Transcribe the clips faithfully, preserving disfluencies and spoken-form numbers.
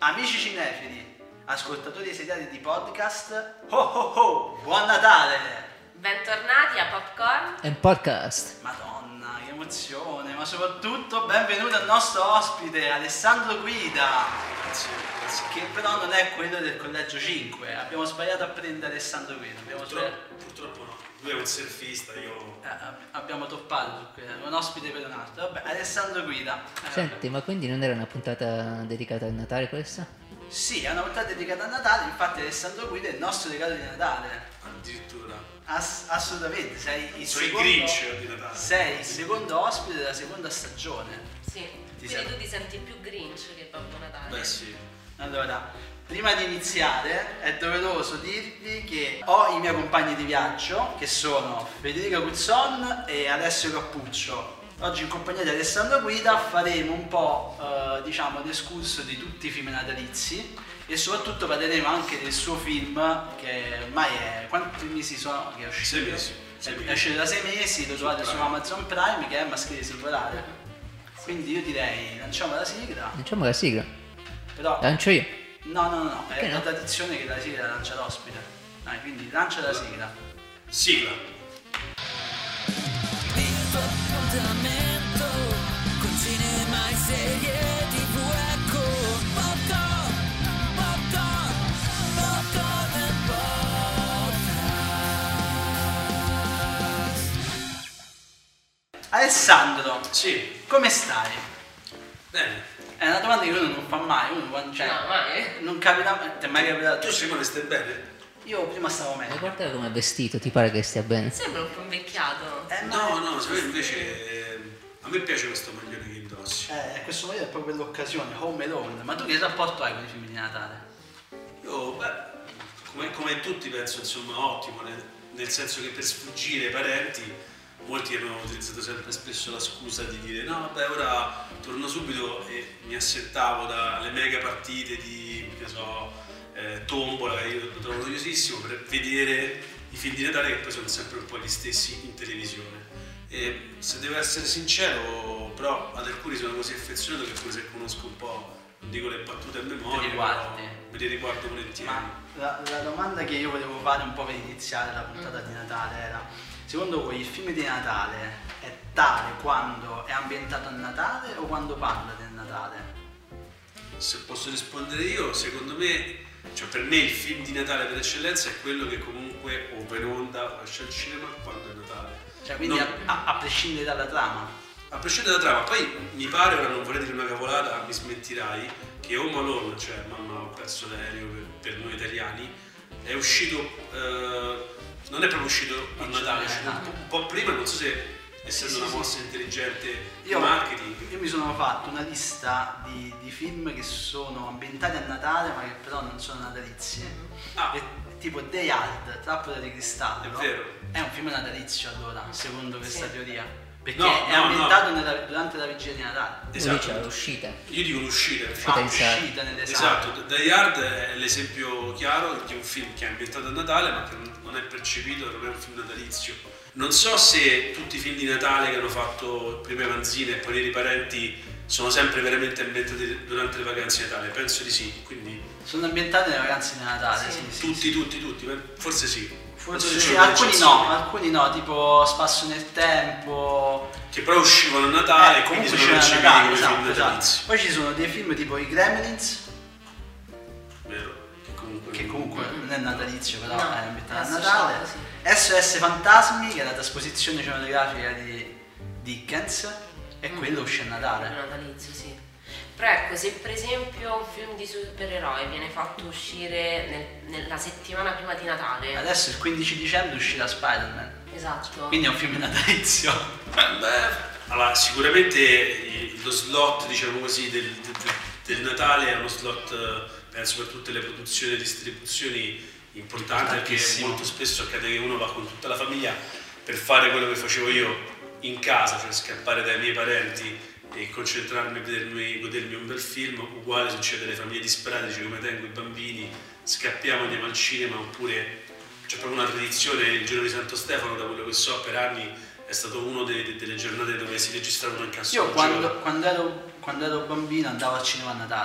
Amici cinefili, ascoltatori seriali di podcast, ho ho ho, buon Natale! Bentornati a Popcorn e Podcast. Madonna, che emozione, ma soprattutto benvenuto al nostro ospite Alessandro Guida. Grazie, grazie. Che però non è quello del collegio cinque, abbiamo sbagliato a prendere Alessandro Guida. Abbiamo Purtroppo, sbagliato... purtroppo no, lui è un surfista, io... eh, abbiamo toppato su quello, un ospite per un altro. Vabbè, Alessandro Guida. Eh, Senti, ma quindi non era una puntata dedicata al Natale questa? Sì, è una puntata dedicata a Natale, infatti Alessandro Guida è il nostro regalo di Natale. Addirittura... Ass- assolutamente, sei il Sono il secondo, Grinch di Natale. sei il secondo ospite della seconda stagione. Sì, Ti quindi sei- tu ti senti più Grinch che Babbo Natale. Beh sì, Allora, prima di iniziare è doveroso dirvi che ho i miei compagni di viaggio, che sono Federico Cuzzon e Alessio Cappuccio. Oggi in compagnia di Alessandro Guida faremo un po' eh, diciamo l'escurso di tutti i film natalizi e soprattutto parleremo anche del suo film che ormai è... quanti mesi sono che è uscito? sei mesi. sei È mesi. uscito da sei mesi, lo trovate su Amazon Prime, che è Maschere Singolare. Quindi io direi lanciamo la sigla, Lanciamo la sigla. però... Lancio io. No, no, no, no, è Perché la no? tradizione che la sigla lancia l'ospite. Dai, quindi lancia la sigla. Sigla. Appuntamento con cinema e serie tv, ecco Popcorn, Popcorn, Popcorn e Podcast. Alessandro, Sì, come stai? bene. È una domanda che uno non fa mai, uno quando cioè, No, mai. non capita, ti è mai capitato? Tu Simone stai bene? Io prima stavo Ma meglio. guarda come è vestito, ti pare che stia bene? Sembra un po' invecchiato. Eh, ma- No, no, sai invece... eh, A me piace questo maglione che indossi. Eh, questo momento è proprio l'occasione, Home Alone. Ma tu che rapporto hai con i film di Natale? Io, beh, come, come tutti penso, insomma, ottimo, nel, nel senso che per sfuggire ai parenti molti hanno utilizzato sempre spesso la scusa di dire no, vabbè, ora torno subito e mi assentavo dalle mega partite di, che so, eh, tombola, che io lo trovo noiosissimo, per vedere i film di Natale che poi sono sempre un po' gli stessi in televisione. E se devo essere sincero, però ad alcuni sono così affezionato che pure se conosco un po', non dico le battute a memoria, Te li guardi? però me li riguardo volentieri. Ma la, la domanda che io volevo fare un po' per iniziare la puntata di Natale era: secondo voi il film di Natale è tale quando è ambientato a Natale o quando parla del Natale? Se posso rispondere io, secondo me, cioè per me il film di Natale per eccellenza è quello che comunque o va in onda o esce al cinema quando è Natale. Cioè, quindi No. a, a- a prescindere dalla trama. A prescindere dalla trama, poi mi pare, ora non vorrei dire una cavolata, mi smentirai, che Home Alone, cioè Mamma ho perso l'aereo per, per noi italiani, è uscito, eh, non è proprio uscito a Il Natale, è giorno uscito di un, un po' prima, non so se essendo Sì, una sì, mossa sì. intelligente di Io, marketing. io mi sono fatto una lista di, di film che sono ambientati a Natale ma che però non sono natalizi. Ah. E, tipo Die Hard, Trappola di cristallo. È vero. È un film natalizio allora, secondo questa Sì. teoria. Perché No, è no, ambientato nella- durante la vigilia di Natale. Lui Esatto. dice l'uscita. Io dico l'uscita. Uscita Ah, in sala. uscita nelle sale. Esatto, Die Hard è l'esempio chiaro di un film che è ambientato a Natale ma che non è percepito, non è un film natalizio. Non so se tutti i film di Natale che hanno fatto prima i Manzini e poi i riparenti sono sempre veramente ambientati durante le vacanze di Natale, penso di sì, quindi Sono ambientati nelle vacanze di Natale, sì, Sì. sì. tutti, sì. tutti, tutti, forse sì. Forse Forse sì, ci sono alcuni eccezioni, no, alcuni no, tipo Spasso nel tempo. che però uscivano a Natale Eh, e quindi comunque sono c'era percepiti Natale, come esatto, film esatto. natalizi. Poi ci sono dei film tipo i Gremlins, Vero? Che comunque, che comunque non è natalizio, però No, è ambientato a è Natale. associato, sì. S O S Fantasmi, che è la trasposizione cinematografica di Dickens, e Mm. quello uscì a Natale. Natalizio, sì. Però ecco, se per esempio un film di supereroi viene fatto uscire nel- nella settimana prima di Natale, Adesso il quindici dicembre uscirà Spider-Man, esatto, quindi è un film natalizio. Beh, allora, sicuramente il- lo slot, diciamo così, del, del- del Natale è uno slot, eh, penso, per tutte le produzioni e distribuzioni importante, perché Importantissimo. molto spesso accade che uno va con tutta la famiglia per fare quello che facevo io in casa, cioè scappare dai miei parenti e concentrarmi e vedermi, godermi un bel film. Uguale succede alle famiglie disperate, dice come tengo i bambini, scappiamo, andiamo al cinema, oppure c'è proprio una tradizione, il giorno di Santo Stefano, da quello che so, per anni è stato uno dei, delle giornate dove si registravano anche a Io quando, quando, ero, quando ero bambino andavo al cinema a Natale.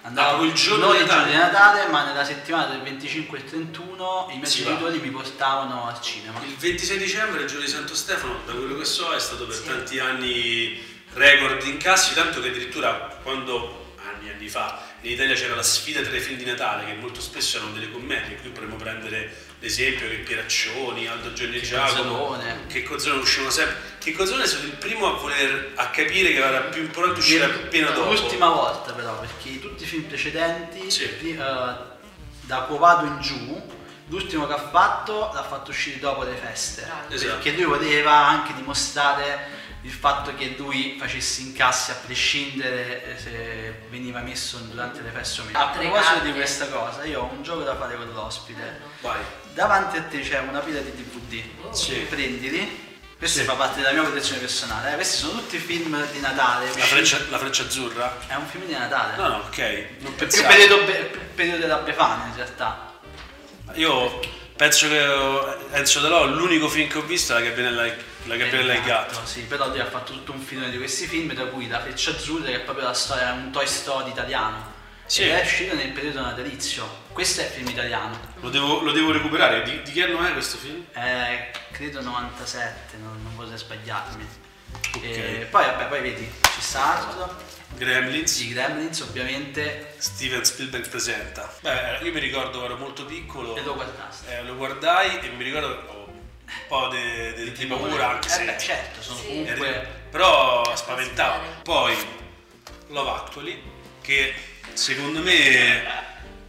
Andavo Ah, il giorno non di il giorno Natale. di Natale, ma nella settimana del venticinque e trentuno i miei Si genitori mi portavano al cinema. Il ventisei dicembre, il giorno di Santo Stefano, da quello che so, è stato per Sì. tanti anni record di incassi, tanto che addirittura quando anni e anni fa in Italia c'era la sfida tra i film di Natale, che molto spesso erano delle commedie, qui potremmo prendere l'esempio che Pieraccioni, Aldo Gianni e Giacomo, Cozzolone. che Cozzolone uscivano sempre. Che Cozzolone è stato il primo a voler a capire che era più importante uscire appena dopo. L'ultima volta però, perché tutti i film precedenti, Sì. pri- eh, da Covado in giù, l'ultimo che ha fatto l'ha fatto uscire dopo le feste. Bravo. Esatto. Perché lui voleva anche dimostrare il fatto che lui facesse incassi a prescindere eh, se veniva messo durante le feste o meno. A Tre proposito carte. di questa cosa, io ho un gioco da fare con l'ospite. Vai. Davanti a te c'è una pila di D V D. Sì. Prendili. Questo Sì. fa parte della mia collezione personale. eh. Questi sono tutti film di Natale. La usciti- freccia, la freccia azzurra? È un film di Natale. No, no, ok. Non È più pensavo. periodo, be- più periodo della Befana in realtà. Io penso che Enzo Dalò l'unico film che ho visto è la Gabriella la Gabriella e il gatto. Esatto, sì, però lui ha fatto tutto un film di questi film, tra cui La Freccia Azzurra, che è proprio la storia, è un Toy Story italiano. Sì. Ed è uscito nel periodo natalizio. Questo è il film italiano. Lo devo, lo devo recuperare. Di, di che anno è questo film? È credo novantasette, non, non vorrei sbagliarmi. Ok. E poi vabbè, poi vedi, ci sta altro. Gremlins. I Gremlins ovviamente. Steven Spielberg presenta. Beh, io mi ricordo ero molto piccolo. E lo guardaste. eh, lo guardai e mi ricordo oh, un po' di de, di paura, anche Eh se beh, certo, sono Sì. comunque. però spaventava. Poi Love Actually, che secondo me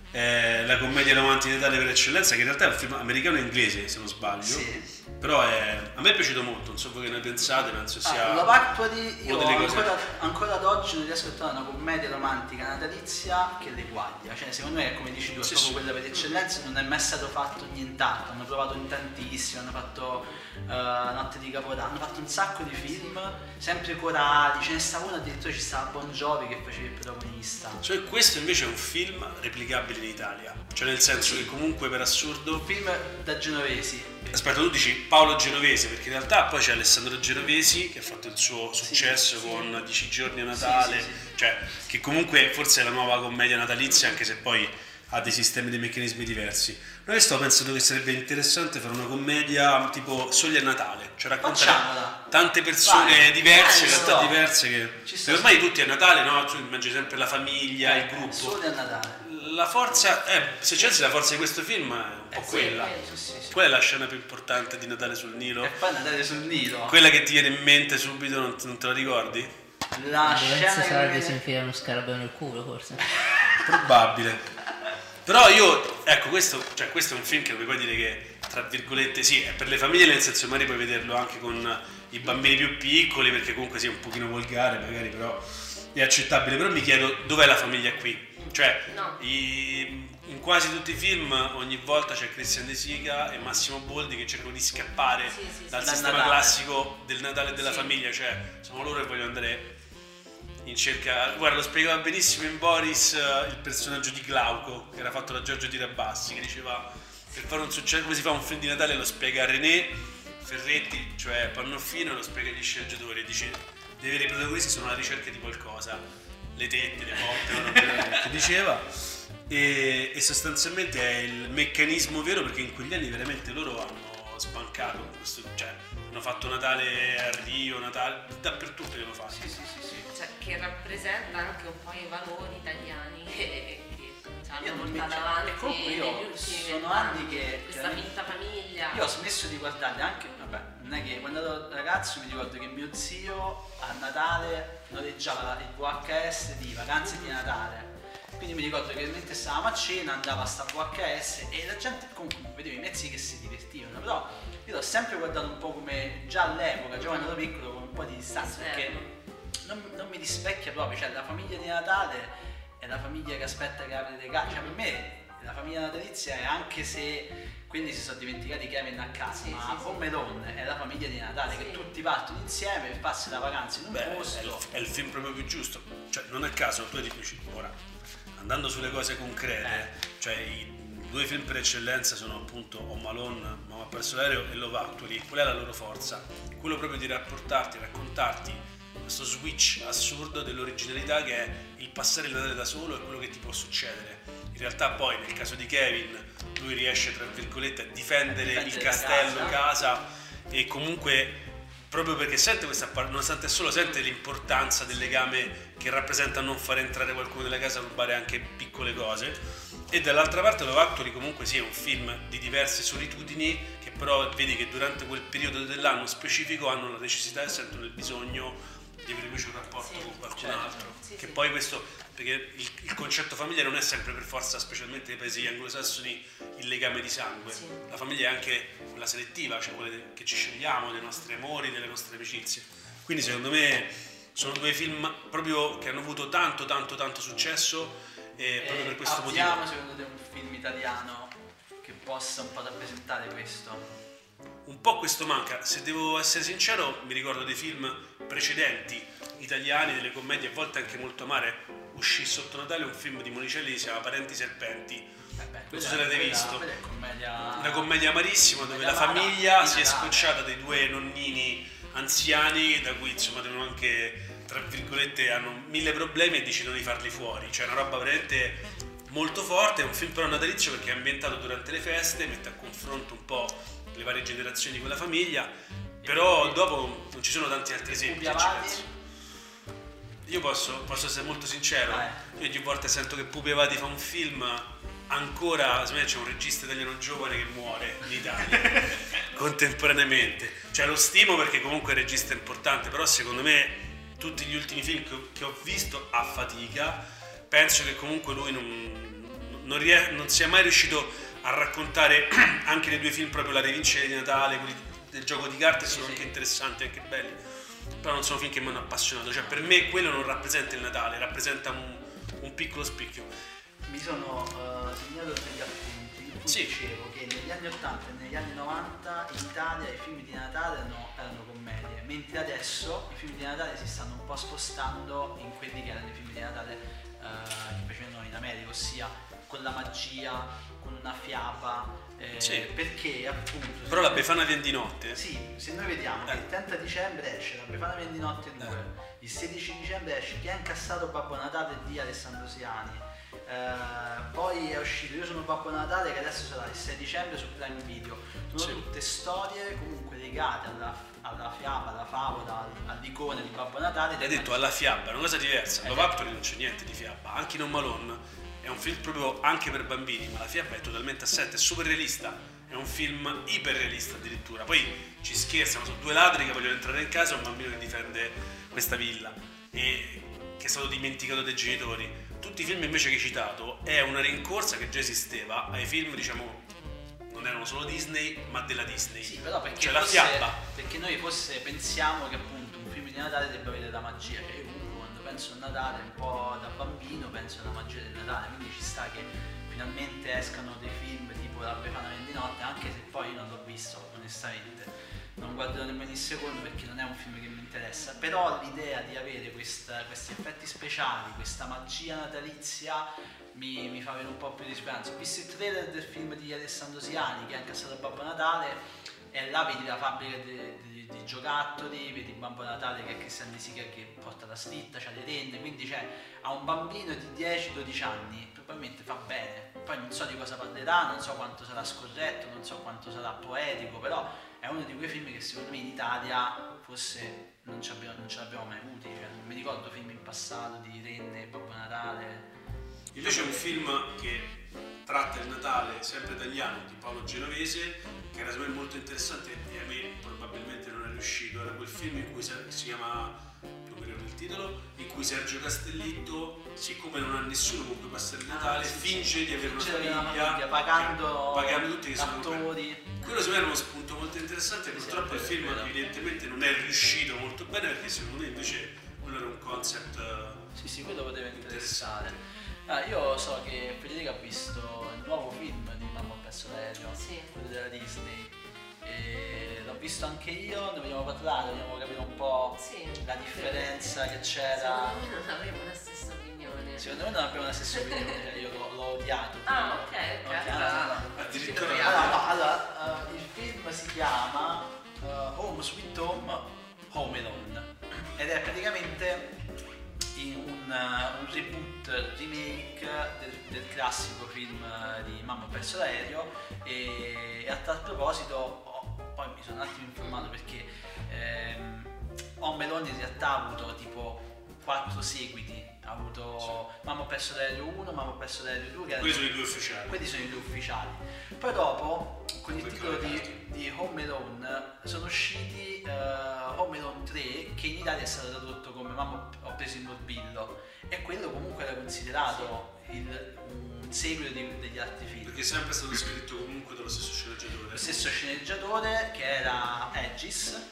è la commedia romantica di Natale per eccellenza, che in realtà è un film americano e inglese, se non sbaglio. Sì. Però è, a me è piaciuto molto, non so voi che ne pensate, penso sia Ah, Love Actually, io una delle cose- ancora, ancora ad oggi non riesco a trovare una commedia romantica natalizia che l'eguaglia. Cioè, secondo me, come dici tu, è Sì, proprio sì. quella per eccellenza, non è mai stato fatto nient'altro. Hanno provato in tantissimi, hanno fatto eh, Notte di Capodanno, hanno fatto un sacco di film, sempre corali. Ce ne stava uno, addirittura ci stava Bon Jovi che faceva il protagonista. Cioè, questo invece è un film replicabile in Italia, cioè nel senso che comunque per assurdo. Un film da genovesi. Aspetta, tu dici Paolo Genovese, perché in realtà poi c'è Alessandro Genovesi che ha fatto il suo successo sì. con Dieci giorni a Natale, Sì, sì, sì. cioè che comunque forse è la nuova commedia natalizia, anche se poi ha dei sistemi, dei meccanismi diversi. Noi sto pensando che sarebbe interessante fare una commedia tipo Soglia a Natale, cioè raccontare Facciamola. tante persone Vai. diverse, Vai, realtà sto. diverse che Ci che sto. ormai tutti a Natale, no? Tu immagini sempre la famiglia, il gruppo. Solo a Natale. La forza, eh, se c'è la forza di questo film è un po' Eh, sì, quella. Sì, sì, sì. Qual è la scena più importante di Natale sul Nilo? E poi Natale sul Nilo. Quella che ti viene in mente subito, non, non te la ricordi? La Lorenzo scena che Salvi viene- si infila uno scarabeo nel culo, forse. Probabile. Però io, ecco, questo, cioè, questo è un film che puoi dire che, tra virgolette, sì, è per le famiglie, nel senso che magari puoi vederlo anche con i bambini più piccoli, perché comunque sia un pochino volgare, magari, però è accettabile. Però mi chiedo, dov'è la famiglia qui? Cioè, No. i- in quasi tutti i film ogni volta c'è Christian De Sica e Massimo Boldi che cercano di scappare Sì, sì, sì. dal Dal sistema Natale. classico del Natale e della Sì. famiglia, cioè sono loro che vogliono andare in cerca. Guarda, lo spiegava benissimo in Boris eh, il personaggio di Glauco, che era fatto da Giorgio Tirabassi, che diceva per fare un successo, come si fa un film di Natale, lo spiega a René Ferretti, cioè Pannofino, e lo spiega agli sceneggiatori e dice devi avere i protagonisti sono alla ricerca di qualcosa, le tette, le botte, la roba che diceva. E, e sostanzialmente è il meccanismo vero, perché in quegli anni veramente loro hanno sbancato questo, cioè hanno fatto Natale a Rio, Natale dappertutto li hanno fatti. Sì, sì, sì, sì. Cioè, che rappresenta anche un po' i valori italiani che, che ci hanno Io non mi- portato cioè, avanti e comunque io negli ultimi sono vent'anni. anni che- questa finta famiglia. Io ho smesso di guardarli anche, vabbè, non è che quando ero ragazzo mi ricordo che mio zio a Natale noleggiava il V H S di Vacanze di Natale. Quindi mi ricordo che mentre stavamo a cena andava a sta V H S e la gente comunque vedevo i mezzi che si divertivano, però io l'ho sempre guardato un po' come già all'epoca, già quando ero piccolo, con un po' di distanza, perché non, non mi rispecchia proprio, cioè la famiglia di Natale è la famiglia che aspetta che apre le case, cioè per me la famiglia natalizia è, anche se quelli si sono dimenticati Kevin a casa, Sì, ma sì, sì. Home Alone è la famiglia di Natale, Sì. che tutti partono insieme e passi la vacanza in un Beh, è il, posto. è il film proprio più giusto, cioè non a caso tu dici ora, andando sulle cose concrete, cioè i due film per eccellenza sono appunto Home Alone, Mamma ha perso l'aereo e Love Actually. Qual è la loro forza? Quello proprio di rapportarti, raccontarti questo switch assurdo dell'originalità che è il passare il Natale da solo e quello che ti può succedere. In realtà poi nel caso di Kevin lui riesce tra virgolette a difendere, Difendere il la castello, casa. casa e comunque proprio perché sente questa par- nonostante solo sente l'importanza del legame che rappresenta non far entrare qualcuno nella casa a rubare anche piccole cose. E dall'altra parte Love Actually comunque sì è un film di diverse solitudini che però vedi che durante quel periodo dell'anno specifico hanno la necessità e sentono il bisogno di avere invece un rapporto Sì, con qualcun certo. altro. Sì, che sì. poi questo, perché il, il concetto famiglia non è sempre per forza, specialmente nei paesi anglosassoni, il legame di sangue. Sì. La famiglia è anche quella selettiva, cioè quella de- che ci scegliamo, dei nostri amori, delle nostre amicizie. Quindi secondo me sono due film proprio che hanno avuto tanto tanto tanto successo e proprio per questo motivo. Abbiamo secondo te un film italiano che possa un po' rappresentare questo? Un po' questo manca, se devo essere sincero mi ricordo dei film precedenti italiani, delle commedie a volte anche molto amare. Uscì sotto Natale un film di Monicelli che si chiama Parenti Serpenti, Eh beh, non so quella- se l'avete quella- visto. quella è commedia... Una commedia amarissima dove la Commedia amara famiglia di si è Natale. scocciata dei due nonnini anziani da cui insomma devono anche tra virgolette hanno mille problemi e decidono di farli fuori, cioè una roba veramente molto forte. È un film però natalizio perché è ambientato durante le feste, mette a confronto un po' le varie generazioni di quella famiglia, però dopo non ci sono tanti altri esempi. Pupi se ci Avati? penso. Io posso, posso essere molto sincero, Eh. io ogni volta sento che Pupi Avati fa un film, ancora secondo me c'è un regista italiano giovane che muore in Italia contemporaneamente, cioè lo stimo perché comunque è un regista importante, però secondo me tutti gli ultimi film che ho, che ho visto a fatica, penso che comunque lui non, non, rie- non sia mai riuscito a raccontare anche nei due film proprio La rivincita di Natale, quelli del gioco di carte sono Sì, anche sì. interessanti, anche belli, però non sono film che mi hanno appassionato, cioè per me quello non rappresenta il Natale, rappresenta un, un piccolo spicchio. Mi sono eh, segnato degli appunti in cui Sì. dicevo che negli anni ottanta e negli anni novanta in Italia i film di Natale erano, erano commedie, mentre adesso i film di Natale si stanno un po' spostando in quelli che erano i film di Natale eh, che facevano in America, ossia con la magia, con una fiaba, eh, Sì. perché appunto... Però la Befana viene di notte. Sì, se noi vediamo che Eh. il trenta dicembre esce La Befana viene di notte due, il sedici dicembre esce Chi ha incassato Babbo Natale di Alessandro Siani, eh, poi è uscito Io sono Babbo Natale che adesso sarà il sei dicembre su Prime Video. Sono Sì. tutte storie comunque legate alla, alla fiaba, alla favola, al- all'icona di Babbo Natale. Hai detto alla fiaba, è una cosa diversa. Eh. Love Actually non c'è niente di fiaba, anche in Home Alone è un film proprio anche per bambini, ma la fiaba è totalmente assente, è super realista, è un film iperrealista addirittura. Poi ci scherzano, sono due ladri che vogliono entrare in casa e un bambino che difende questa villa e che è stato dimenticato dai genitori. Tutti i film invece che hai citato è una rincorsa che già esisteva ai film, diciamo, non erano solo Disney, ma della Disney. Sì, però perché, C'è la forse- fiaba. perché noi forse pensiamo che appunto un film di Natale debba avere la magia, cioè io comunque quando penso a Natale un po' da bambino penso alla magia del Natale, quindi ci sta che finalmente escano dei film tipo La Befana viene di notte, anche se poi io non l'ho visto onestamente, non guarderò nemmeno il secondo perché non è un film che mi interessa, però l'idea di avere questa- questi effetti speciali, questa magia natalizia mi, mi fa avere un po' più di speranza. Ho visto il trailer del film di Alessandro Siani che ha incassato Babbo Natale e là vedi la fabbrica di, di- di giocattoli, vedi Babbo Natale che è Christian De Sica che porta la slitta, c'ha le tende, quindi c'è a un bambino di dieci dodici anni probabilmente fa bene. Poi non so di cosa parlerà, non so quanto sarà scorretto, non so quanto sarà poetico, però è uno di quei film che secondo me in Italia forse non ce l'abbiamo, non ce l'abbiamo mai avuti, cioè, non mi ricordo film in passato di Renne, Babbo Natale. Invece è un film che tratta il Natale sempre italiano di Paolo Genovese, che era secondo me molto interessante e a me probabilmente non è riuscito. Era quel film in cui Ser- si chiama, non mi ricordo il titolo, in cui Sergio Castellitto, siccome non ha nessuno con cui passare il Natale, Ah, sì, finge sì. di avere una Finge di avere una famiglia, famiglia, pagando pagando tutti che sono attori. Quello secondo me era uno spunto molto interessante. Sì, sì, Purtroppo è il vero, film è vero. evidentemente non è riuscito molto bene perché secondo me invece quello era un concept eh, Sì, sì, quello poteva interessare. Ah, io so che Federica ha visto il nuovo film di Mamma ho perso l'aereo, Sì. quello della Disney. E l'ho visto anche io, ne vogliamo parlare, vogliamo capire un po' Sì. la differenza che c'era. Secondo me non avremo la stessa opinione. Secondo me non abbiamo la stessa opinione, cioè io l'ho, l'ho odiato. Ah, ok, ok. Ok, Allora, no, no. addirittura ci Allora, troviamo. no, allora, eh, il film si chiama eh, Home Sweet Home Home Alone ed è praticamente reboot, remake del, del classico film di Mamma ho perso l'aereo e a tal proposito ho, poi mi sono un attimo informato perché ehm, Home Alone in realtà ha avuto tipo quattro seguiti, ha avuto sì. Mamma ho perso l'aereo uno, Mamma ho perso l'aereo due, che quelli sono i due ufficiali. Quelli sono i due ufficiali. Poi dopo, con il titolo di, di Home Alone, sono usciti uh, Home Alone tre, che in Italia è stato tradotto come Mamma ho preso il morbillo, e quello comunque era considerato il, un seguito di, degli altri film. Perché è sempre stato scritto comunque dallo stesso sceneggiatore. Lo stesso sceneggiatore, che era Edgis,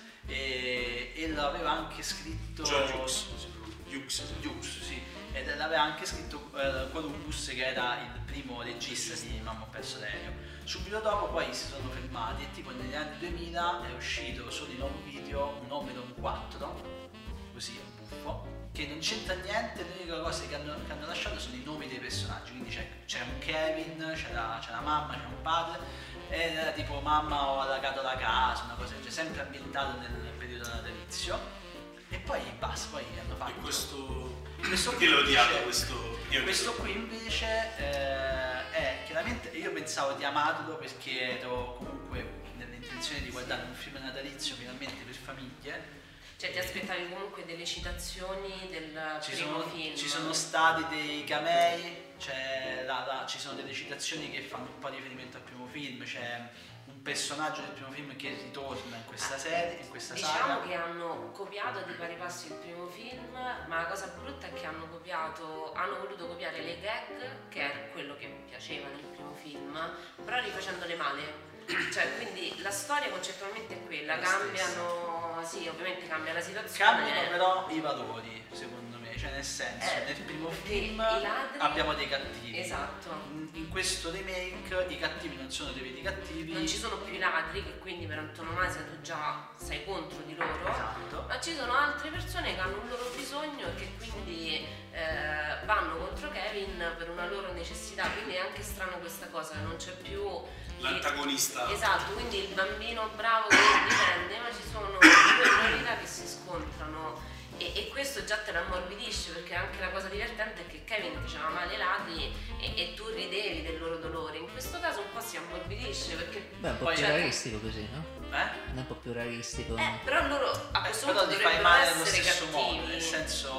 e, e l'aveva anche scritto... John Hughes. Hughes, Hughes, sì, ed l'aveva anche scritto eh, Columbus, che era il primo regista di Mamma ho perso l'aereo. Subito dopo poi si sono fermati e tipo negli anni duemila è uscito solo in home video un Home Alone quattro, così buffo, che non c'entra niente, l'unica cosa che hanno, che hanno lasciato sono i nomi dei personaggi, quindi c'è, c'è un Kevin, c'è la, c'è la mamma, c'è un padre, ed era tipo mamma ho allagato la casa, una cosa, cioè sempre ambientato nel periodo natalizio. E poi basta, poi hanno fatto. E questo. questo Perché l'ho odiato questo. Io questo qui invece eh, è chiaramente. Io pensavo di amarlo perché ero comunque nell'intenzione di guardare un film natalizio finalmente per famiglie. Cioè ti aspettavi comunque delle citazioni del ci primo sono, film? Ci sono stati dei camei, c'è la, la, ci sono delle citazioni che fanno un po' riferimento al primo film, c'è un personaggio del primo film che ritorna in questa serie, in questa diciamo saga. Che hanno copiato di pari passo il primo film, ma la cosa brutta è che hanno copiato, hanno voluto copiare le gag, che era quello che piaceva nel primo film, però rifacendole male. Cioè, quindi la storia concettualmente è quella, La cambiano, sì, ovviamente cambia la situazione. Cambiano però i valori, secondo me, cioè nel senso, Eh, nel primo perché film i ladri- abbiamo dei cattivi. Esatto. In, in questo remake i cattivi non sono dei veri cattivi. Non ci sono più i ladri, che quindi per antonomasia tu già sei contro di loro. Esatto. Ma ci sono altre persone che hanno un loro bisogno e che quindi eh, vanno contro Kevin per una loro necessità. Quindi è anche strano questa cosa, che non c'è più l'antagonista. Esatto, quindi il bambino bravo che difende, ma ci sono due priorità che si scontrano e, e questo già te lo ammorbidisce, perché anche la cosa divertente è che Kevin diceva male ai ladri e, e tu ridevi del loro dolore. In questo caso un po' si ammorbidisce perché Beh, un po' Poi più c'è- realistico così, no? Eh? È un po' più realistico. eh, però loro a Eh, questo però punto ti fai dovrebbero male allo essere stesso cattivi. modo, nel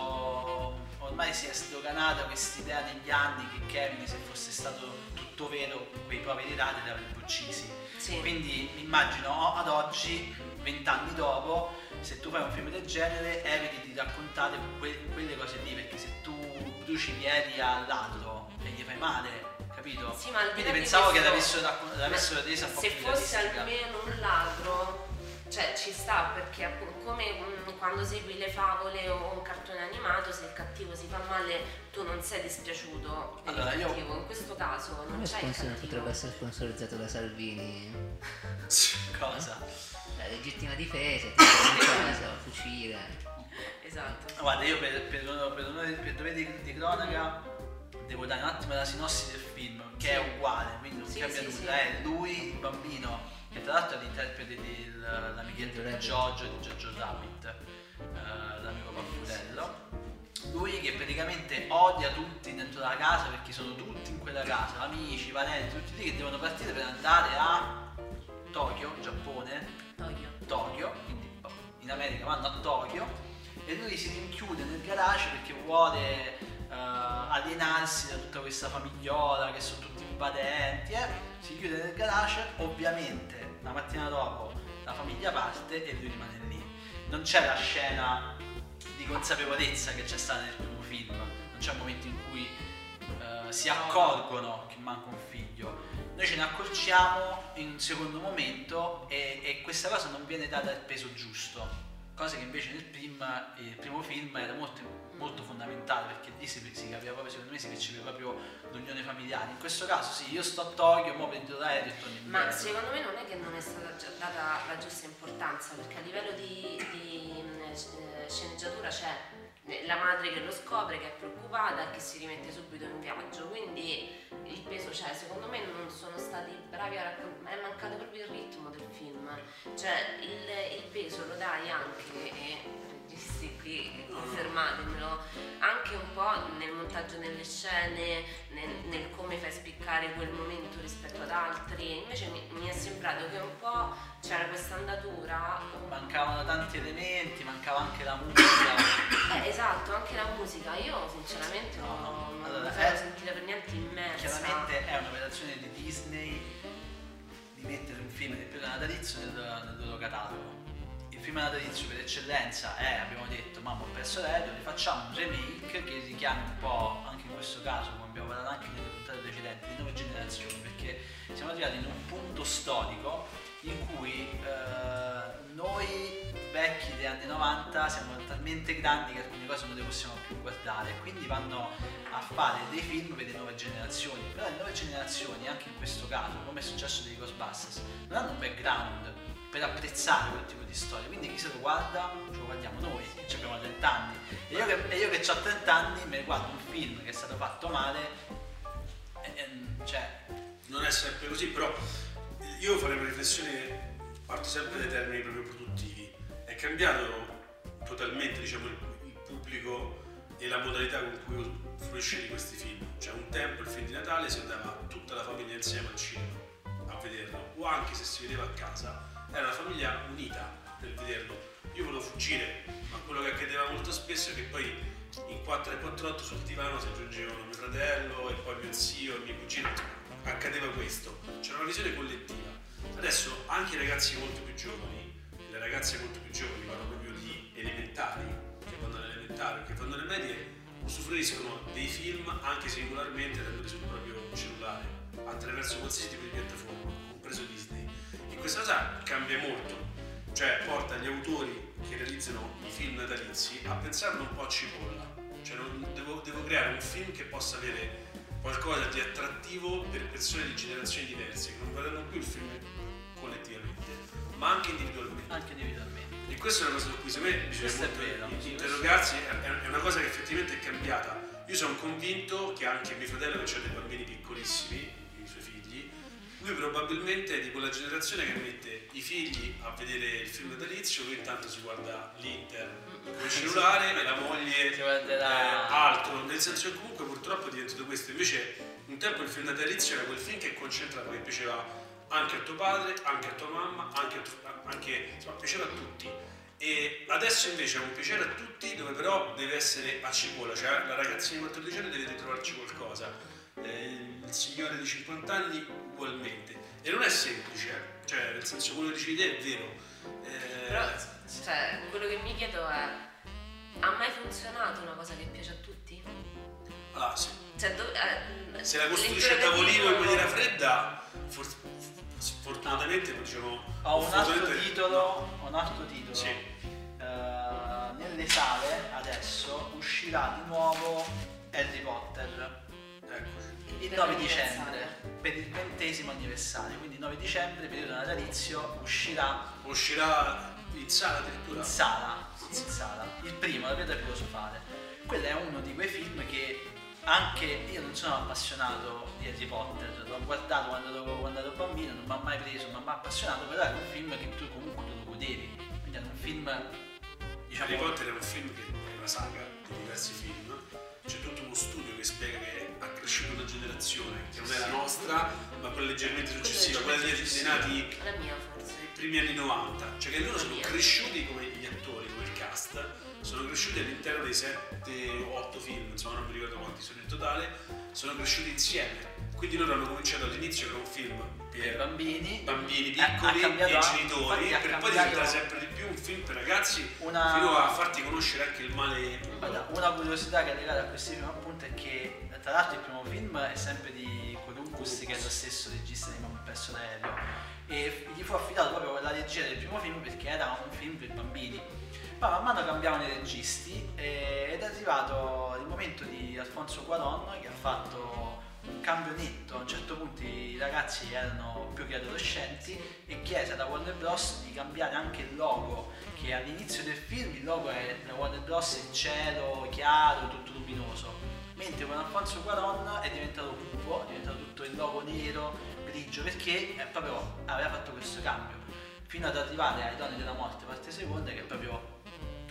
senso ormai si è sdoganata questa idea negli anni che Kevin, se fosse stato tutto vero, quei poveri ladri li avrebbe uccisi. Sì. Quindi mi immagino oh, ad oggi, vent'anni dopo, se tu fai un film del genere eviti di raccontare que- quelle cose lì, perché se tu bruci i piedi al ladro e gli fai male, capito? Sì, ma al di là Quindi di pensavo questo- che l'avessero, raccon- l'avessero resa un po' se più fosse realistica. almeno un ladro, cioè ci sta, perché appunto come mm, quando segui le favole o un cartone animato, se il cattivo si fa male tu non sei dispiaciuto per Allora, il io- cattivo. In questo caso non Come c'è il sponsor cattivo. potrebbe essere sponsorizzato da Salvini? Cosa? La legittima difesa, tipo in casa, fucile. Esatto. Guarda, io per, per, per, onore- per dovere di, di cronaca devo dare un attimo la sinossi del film, che Sì. è uguale, quindi non Sì, cambia sì, nulla. sì. È lui, il bambino, che tra l'altro è l'interprete dell'amichetto di Giorgio, di Giorgio Rabbit, eh, l'amico Paffutello. Lui che praticamente odia tutti dentro la casa perché sono tutti in quella casa, amici, parenti, tutti lì che devono partire per andare a Tokyo, Giappone, Tokyo. Tokyo, quindi in America vanno a Tokyo e lui si rinchiude nel garage perché vuole eh, alienarsi da tutta questa famigliola che sono tutti parenti, eh? Si chiude nel garage, ovviamente la mattina dopo la famiglia parte e lui rimane lì. Non c'è la scena di consapevolezza che c'è stata nel primo film, non c'è un momento in cui eh, si accorgono che manca un figlio. Noi ce ne accorgiamo in un secondo momento e, e questa cosa non viene data il peso giusto, cosa che invece nel prima, il primo film era molto, molto fondamentale, perché lì si, si capiva proprio, secondo me si percepiva proprio l'unione familiare. In questo caso sì, io sto a Tokyo, mo prendo l'aereo e torno indietro. Ma secondo me non è che non è stata già data la giusta importanza, perché a livello di, di eh, sceneggiatura c'è la madre che lo scopre, che è preoccupata e che si rimette subito in viaggio, quindi il peso c'è. Secondo me non sono stati bravi a raccontare, è mancato proprio il ritmo del film, cioè il, il peso lo dai anche, e registi qui confermatemelo, anche un po' nel montaggio delle scene, nel, nel come fai spiccare quel momento rispetto ad altri. Invece mi, mi è sembrato che un po' c'era questa andatura. Mancavano tanti elementi, mancava anche la musica. Eh, esatto, anche la musica. Io sinceramente No, no. non, non Allora, mi sono eh, sentita per niente immersa. Chiaramente è un'operazione di Disney di mettere un film del periodo natalizio nel, nel loro catalogo. Il film natalizio per eccellenza è, abbiamo detto, Mamma ho perso l'aereo, rifacciamo un remake che richiami un po', anche in questo caso, come abbiamo parlato anche nelle puntate precedenti, di nuove generazioni, perché siamo arrivati in un punto storico in cui eh, noi vecchi degli anni novanta siamo talmente grandi che alcune cose non le possiamo più guardare, quindi vanno a fare dei film per le nuove generazioni, però le nuove generazioni, anche in questo caso, come è successo dei Ghostbusters, non hanno un background per apprezzare quel tipo di storia, quindi chi se lo guarda ce lo guardiamo noi, che abbiamo trenta anni, e io che, e io che ho trenta anni me ne guardo un film che è stato fatto male, e, e, cioè... Non è sempre così, però io farei una riflessione, parto sempre dai termini proprio produttivi. È cambiato totalmente, diciamo, il, il pubblico e la modalità con cui fruisce di questi film. Cioè un tempo il film di Natale si andava tutta la famiglia insieme al cinema a vederlo, o anche se si vedeva a casa, era una famiglia unita per vederlo. Io volevo fuggire, ma quello che accadeva molto spesso è che poi in quattro e quattr'otto sul divano si aggiungevano mio fratello e poi mio zio e mio cugino. Accadeva questo, c'era una visione collettiva. Adesso anche i ragazzi molto più giovani, le ragazze molto più giovani, parlo proprio di elementari, che vanno alle elementari, che vanno alle medie, usufruiscono dei film anche singolarmente dandoli sul proprio cellulare, attraverso qualsiasi tipo di piattaforma, compreso Disney. E questa cosa cambia molto, cioè porta gli autori che realizzano i film natalizi a pensarlo un po' a cipolla. Cioè non, devo, devo creare un film che possa avere qualcosa di attrattivo per persone di generazioni diverse, che non vedranno più il film collettivamente, ma anche individualmente. Anche individualmente. E questa è una cosa su cui secondo me bisogna Questo è molto vero, sì, interrogarsi, è una cosa che effettivamente è cambiata. Io sono convinto che anche mio fratello, che ha dei bambini piccolissimi, i suoi figli, lui probabilmente è di quella generazione che mette i figli a vedere il film natalizio, lui intanto si guarda l'Inter con il cellulare e la moglie Si guarderà- eh, altro, nel senso che comunque purtroppo è diventato questo. Invece un tempo il film natalizio era quel film che concentrava, che piaceva anche a tuo padre, anche a tua mamma, anche, a tu, anche insomma, piaceva a tutti. E adesso invece è un piacere a tutti, dove però deve essere a cipolla, cioè la ragazzina di quattordici anni deve ritrovarci qualcosa, eh, il signore di cinquanta anni ugualmente. E non è semplice, eh. Cioè nel senso quello che dicevi te è vero. Eh, Però, cioè, quello che mi chiedo è: ha mai funzionato una cosa che piace a tutti? allora, se, Cioè, do- eh, se la costruisce a tavolino in maniera fredda, for- sfortunatamente diciamo... Ho un altro fortunatamente- titolo, ho un altro titolo. Sì. Eh, nelle sale adesso uscirà di nuovo Harry Potter Ecco. il Per nove l'anniversario. dicembre per il ventesimo anniversario, quindi il nove dicembre, periodo natalizio, uscirà Uscirà in sala addirittura. in sala, in sala, il primo, la pietra filosofale. Quello è uno di quei film che anche io non sono appassionato di Harry Potter, l'ho guardato quando ero, quando ero bambino, non mi ha mai preso, non mi ha appassionato, però era un film che tu comunque te lo godevi, quindi era un film, diciamo... Harry Potter è un film che è una saga di diversi film, c'è tutto uno studio che spiega che ha cresciuto una generazione che non è la nostra, ma quella leggermente successiva, quella dei dei nati La mia forse. nei primi anni novanta, cioè che loro sono Mia. cresciuti come gli attori, come il cast, sono cresciuti all'interno dei sette o otto film, insomma non mi ricordo quanti sono in totale, sono cresciuti insieme. Quindi loro hanno cominciato all'inizio con un film per per bambini, bambini Eh, ha piccoli e cambiato anche- genitori, infatti ha per poi cambiato- diventare sempre di più un film per ragazzi, Una- fino a farti conoscere anche il male. Guarda, una curiosità che è legata a questi film appunto è che tra l'altro il primo film è sempre di Columbus, che è lo stesso regista di Mamma ho perso l'aereo, e gli fu affidato proprio la regia del primo film perché era un film per bambini. Ma man mano cambiavano i registi ed è arrivato il momento di Alfonso Cuarón, che ha fatto un cambio netto. A un certo punto i ragazzi erano più che adolescenti e chiese alla Warner Bros. Di cambiare anche il logo, che all'inizio del film il logo è da Warner Bros. Il cielo chiaro, tutto luminoso, mentre con Alfonso Cuarón è diventato cupo, è diventato tutto il logo nero, grigio, perché è proprio aveva fatto questo cambio fino ad arrivare ai Doni della Morte parte seconda, che è proprio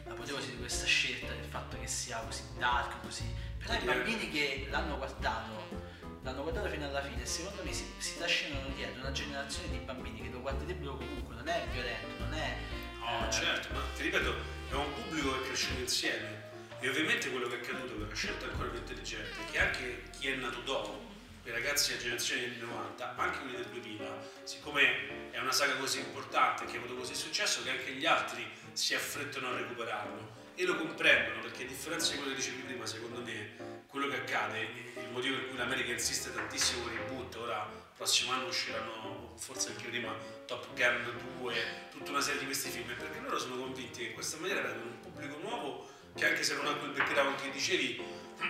l'apoteosi di questa scelta, del fatto che sia così dark, così. Però i bambini che l'hanno guardato, l'hanno guardato fino alla fine, secondo me si, si trascinano dietro una generazione di bambini che lo guarderebbero comunque, non è violento, non è... No, eh, certo, ma ti ripeto, è un pubblico che è cresciuto insieme e ovviamente quello che è accaduto per una scelta ancora più intelligente, che anche chi è nato dopo, i ragazzi della generazione degli anni novanta, ma anche quelli del duemila, siccome è una saga così importante che ha avuto così successo, che anche gli altri si affrettano a recuperarlo e lo comprendono, perché a differenza di quello che dicevi prima, secondo me quello che accade, il motivo per cui l'America insiste tantissimo con i reboot, ora prossimo anno usciranno, forse anche prima, Top Gun due, tutta una serie di questi film, è perché loro sono convinti che in questa maniera prendono un pubblico nuovo che anche se non ha quel background che dicevi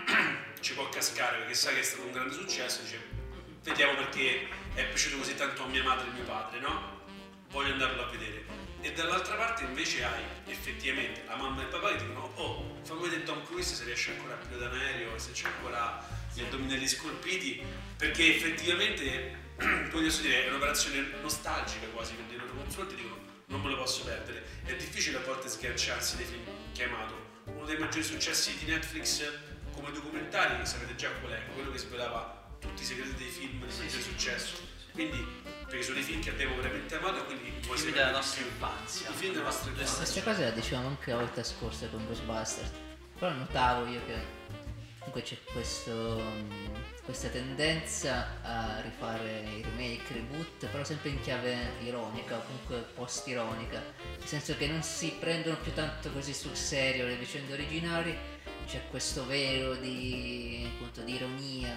ci può cascare, perché sa che è stato un grande successo, dice vediamo perché è piaciuto così tanto a mia madre e mio padre, no? Voglio andarlo a vedere. E dall'altra parte invece hai effettivamente la mamma e il papà che dicono oh, fammi vedere Tom Cruise se riesce ancora a pilotare un aereo, se c'è ancora gli addominali scolpiti, perché effettivamente, come posso dire, è un'operazione nostalgica quasi per dei loro confronti, dicono non me lo posso perdere. È difficile a volte sganciarsi dei film che hai amato. Uno dei maggiori successi di Netflix come documentari, sapete già qual è, quello che svelava tutti i segreti dei film di maggior successo. Quindi, perché sono i film che abbiamo veramente amato e quindi i film della nostra infanzia. I film della nostra infanzia. Queste cose le dicevamo anche la volta scorsa con Ghostbusters, però notavo io che comunque c'è questo, questa tendenza a rifare i remake, reboot, però sempre in chiave ironica o comunque post-ironica, nel senso che non si prendono più tanto così sul serio le vicende originali, c'è questo velo di, appunto, di ironia.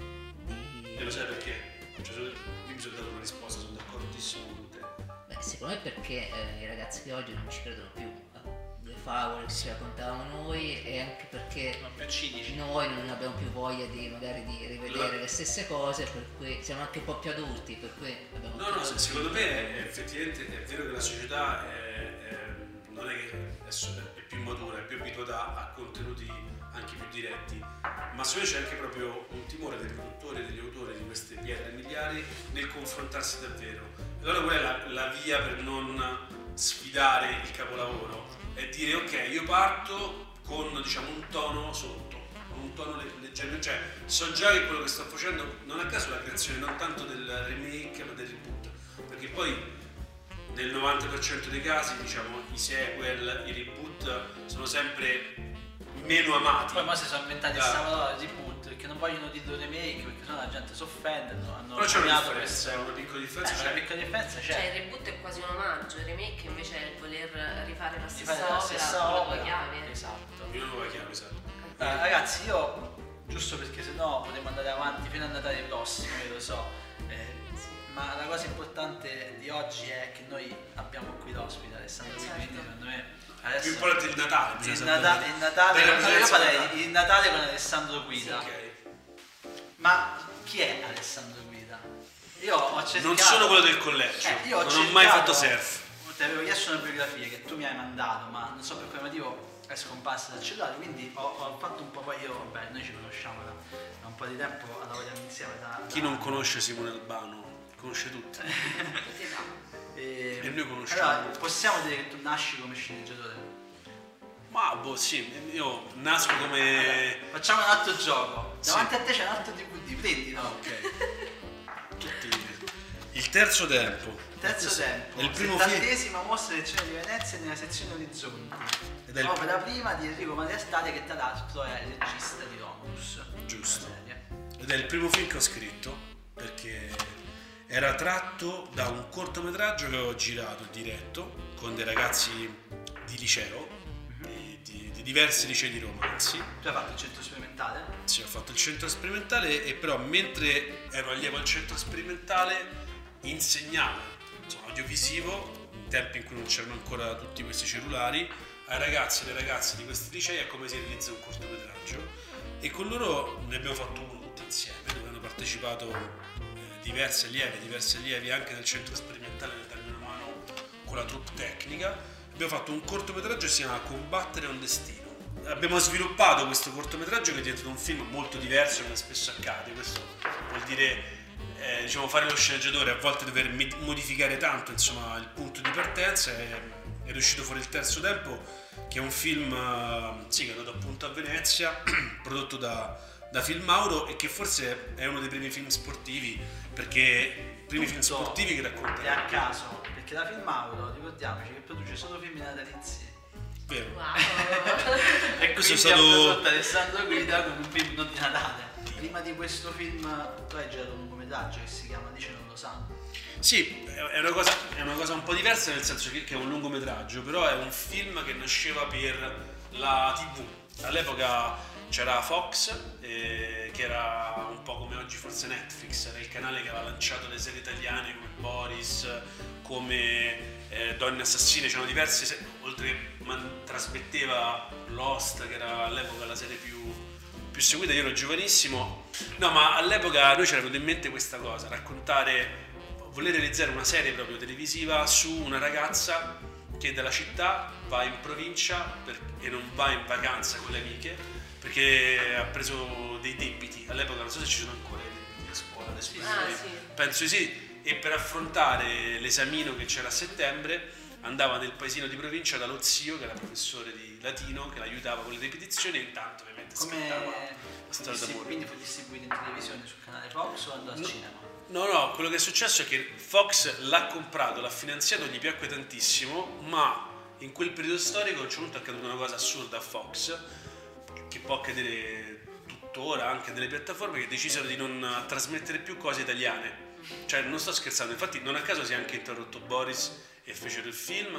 Di... E lo sai perché? Cioè, io mi sono dato una risposta, sono d'accordissimo con te. Beh, secondo me perché eh, i ragazzi di oggi non ci credono più alle favole che ci raccontavamo noi, e anche perché sono più cinici. noi non abbiamo più voglia di magari di rivedere Allora, le stesse cose, per cui siamo anche un po' più adulti, per cui abbiamo No, no, se- secondo me è- effettivamente è vero che la società è, è- non è che è, so- è più matura, è più abituata a contenuti anche più diretti, ma secondo me c'è anche proprio un timore dei produttori e degli autori di queste pietre miliari nel confrontarsi davvero. E allora qual è la, la via per non sfidare il capolavoro? È dire ok, io parto con diciamo un tono sotto, con un tono le- leggero, cioè so già che quello che sto facendo non a caso la creazione non tanto del remake ma del reboot, perché poi nel novanta per cento dei casi diciamo i sequel, i reboot sono sempre meno amati. Poi ma si sono inventati Da- questa parola reboot perché non vogliono dirlo remake, perché sennò la gente si offende, hanno Però c'è una cambiato differenza, questo- una piccola differenza. Eh, cioè- una piccola differenza c'è. Cioè il reboot è quasi un omaggio, il remake invece è il voler rifare la Di stessa fare la opera stessa con la opera. tua chiave. Esatto. Io non lo chiamo, esatto. Eh, ragazzi, io giusto perché sennò potremmo andare avanti fino a Natale prossimo, io lo so. eh, ma la cosa importante di oggi è che noi abbiamo qui l'ospite Alessandro Certo. Guidi, secondo me Più adesso importante è il Natale. il, bisogna Nata- sapere. il Natale, Dai, la allora io presenza farei Natale. il Natale con Alessandro Guida. Ok. Ma chi è Alessandro Guida? Io ho cercato. Non sono quello del collegio, Eh, io ho non ho mai cercato- fatto surf. Ti avevo chiesto una biografia che tu mi hai mandato, ma non so per quale motivo è scomparsa dal cellulare, quindi ho, ho fatto un po' poi io, vabbè, noi ci conosciamo da, da un po' di tempo, lavoriamo insieme da. Chi da- non conosce Simone Albano conosce tutti. Tutti sa. E, E noi conosciamo. Allora, possiamo dire che tu nasci come sceneggiatore? Ma boh, sì, io nasco come. Allora, facciamo un altro gioco. Sì. Davanti a te c'è un altro D V D, prendilo. Ok. Tutti. Il terzo tempo. Terzo tempo. È il primo film. settantesima mostra del cinema di Venezia nella sezione Orizzonti. Ed è il- Opera prima di Enrico Maria-Stale, che tra l'altro è il regista di Romulus. Giusto. la serie. Ed è il primo film che ho scritto perché era tratto da un cortometraggio che ho girato e diretto con dei ragazzi di liceo, di, di- di diversi licei di Roma, anzi. Tu hai fatto il centro sperimentale? Sì, ho fatto il centro sperimentale e però mentre ero allievo al centro sperimentale insegnavo insomma, audiovisivo, in tempi in cui non c'erano ancora tutti questi cellulari, ai ragazzi e alle ragazze di questi licei a come si realizza un cortometraggio, e con loro ne abbiamo fatto uno tutti insieme, dove hanno partecipato eh, diversi allievi, diversi allievi anche del centro sperimentale nel darmi una mano con la troupe tecnica. Abbiamo fatto un cortometraggio che si chiama Combattere un destino. Abbiamo sviluppato questo cortometraggio che è diventato un film molto diverso, come spesso accade. Questo vuol dire eh, diciamo, fare lo sceneggiatore, a volte dover mi- modificare tanto insomma, il punto di partenza. E, è riuscito fuori il terzo tempo, che è un film uh, sì, che è andato appunto a Venezia, prodotto da, da Filmauro, e che forse è uno dei primi film sportivi, perché primi film Tutto sportivi che raccontano. è a caso, perché la Filmauro, ricordiamoci che produce solo film natalizi. Vero. Wow. E Questo è quindi stato- ha prodotto Alessandro Guida con un film non di Natale. Prima di questo film tu hai girato un lungometraggio che si chiama Dice non lo sa. Sì, è una, cosa, è una cosa un po' diversa, nel senso che, che è un lungometraggio, però è un film che nasceva per la tivù. All'epoca c'era Fox, eh, che era un po' come oggi forse Netflix, era il canale che aveva lanciato le serie italiane come Boris, come eh, Donne Assassine, c'erano diverse serie, oltre che man- trasmetteva Lost, che era all'epoca la serie più, più seguita. Io ero giovanissimo, no, ma all'epoca noi ci era venuto in mente questa cosa, raccontare, voler realizzare una serie proprio televisiva su una ragazza che dalla città va in provincia per, e non va in vacanza con le amiche perché ha preso dei debiti. All'epoca non so se ci sono ancora i debiti a scuola, adesso Ah, sì. penso di sì, e per affrontare l'esamino che c'era a settembre andava nel paesino di provincia dallo zio che era professore di latino, che l'aiutava con le ripetizioni, e intanto ovviamente Come scattava la storia distribu- d'amore. quindi fu distribuito in televisione sul canale Fox o andò al No. cinema? No, no, quello che è successo è che Fox l'ha comprato, l'ha finanziato, gli piacque tantissimo, ma in quel periodo storico a un certo punto è accaduta una cosa assurda a Fox, che può accadere tuttora anche nelle piattaforme, che decisero di non trasmettere più cose italiane. Cioè, non sto scherzando, infatti non a caso si è anche interrotto Boris e fecero il film,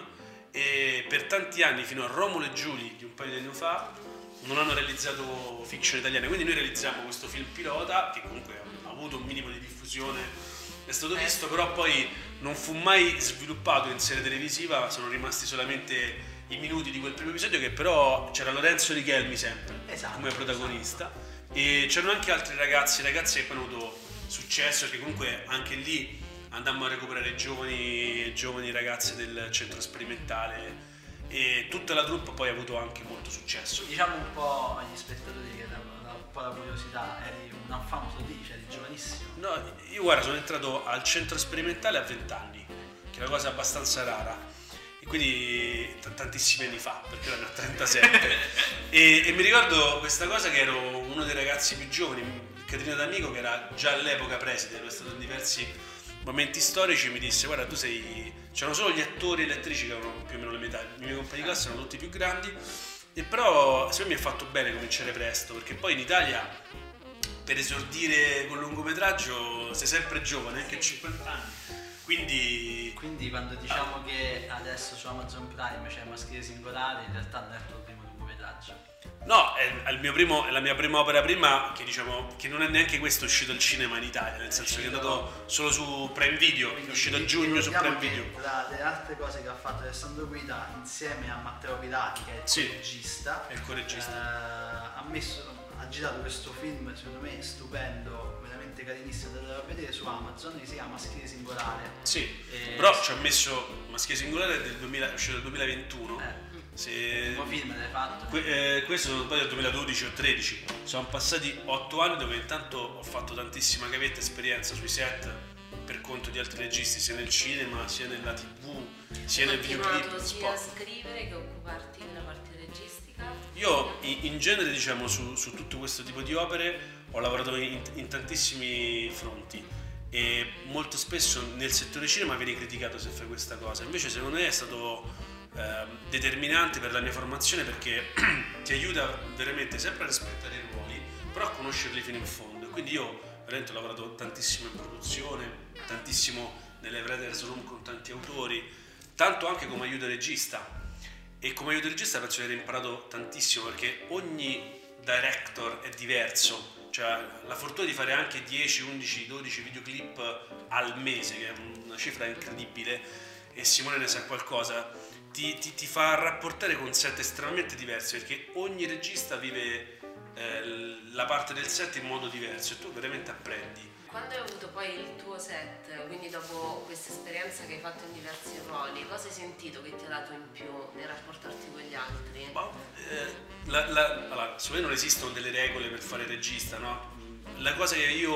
e per tanti anni, fino a Romolo e Giuli di un paio di anni fa, non hanno realizzato fiction italiane. Quindi noi realizziamo questo film pilota, che comunque ha avuto un minimo di diffusione, è stato visto, però poi non fu mai sviluppato in serie televisiva, sono rimasti solamente i minuti di quel primo episodio, che però c'era Lorenzo Richelmi sempre Esatto, come protagonista, e c'erano anche altri ragazzi ragazzi che poi hanno avuto successo, che comunque anche lì andammo a recuperare giovani, giovani ragazzi del centro sperimentale, e tutta la troupe poi ha avuto anche molto successo. Diciamo un po' agli spettatori che da, da un po' la curiosità, eri un affanno auditrice, eri giovanissimo. No, io guarda, sono entrato al centro sperimentale a venti anni, che è una cosa abbastanza rara, e quindi t- tantissimi anni fa, perché ero a trentasette. e, e mi ricordo questa cosa, che ero uno dei ragazzi più giovani, Caterina D'Amico, che era già all'epoca preside, ero stato in diversi momenti storici, mi disse: guarda, tu sei... c'erano solo gli attori e le attrici che avevano più o meno le metà, i miei compagni di classe erano tutti più grandi, e però secondo me mi ha fatto bene cominciare presto, perché poi in Italia per esordire con lungometraggio sei sempre giovane, anche a cinquanta anni, quindi... Quindi quando diciamo che adesso su Amazon Prime c'è Maschere Singolari, in realtà non è il tuo primo lungometraggio. No, è, è il mio primo, è la mia prima opera prima, che diciamo che non è neanche questo uscito al cinema in Italia, nel senso che è andato solo su Prime Video, è uscito a giugno su Prime Ricordiamo Video. che tra le altre cose che ha fatto Alessandro Guida insieme a Matteo Pirati, che è il Sì, regista, è il co-regista. eh, ha, messo, ha girato questo film secondo me stupendo, veramente carinissimo da andare a vedere su Amazon, che si chiama Maschile Singolare. Sì, Eh, però ci ha messo Maschile Singolare del duemila, è uscito nel duemilaventuno. Eh, Se... il primo film l'hai fatto? Que- eh, questo sono sbaglio del duemiladodici o tredici, sono passati otto anni dove intanto ho fatto tantissima gavetta esperienza sui set per conto di altri registi, sia nel cinema, sia nella tv, sia nel Hai videoclip, continuato sia a spot. scrivere che a occuparti della parte registica? Io in, in genere, diciamo, su, su tutto questo tipo di opere ho lavorato in, in tantissimi fronti, e molto spesso nel settore cinema viene criticato se fai questa cosa, invece secondo me è stato eh, determinante per la mia formazione, perché ti aiuta veramente sempre a rispettare i ruoli, però a conoscerli fino in fondo. E quindi io veramente ho lavorato tantissimo in produzione, tantissimo nelle writers room con tanti autori, tanto anche come aiuto regista. E come aiuto regista penso di aver imparato tantissimo, perché ogni director è diverso, cioè la fortuna di fare anche dieci, undici, dodici videoclip al mese, che è una cifra incredibile, e Simone ne sa qualcosa, ti, ti, ti fa rapportare con set estremamente diversi, perché ogni regista vive eh, la parte del set in modo diverso e tu veramente apprendi. Quando hai avuto poi il tuo set, quindi dopo questa esperienza che hai fatto in diversi ruoli, cosa hai sentito che ti ha dato in più nel rapportarti con gli altri? Ma, eh, la, la, allora, secondo me non esistono delle regole per fare regista, no? La cosa che io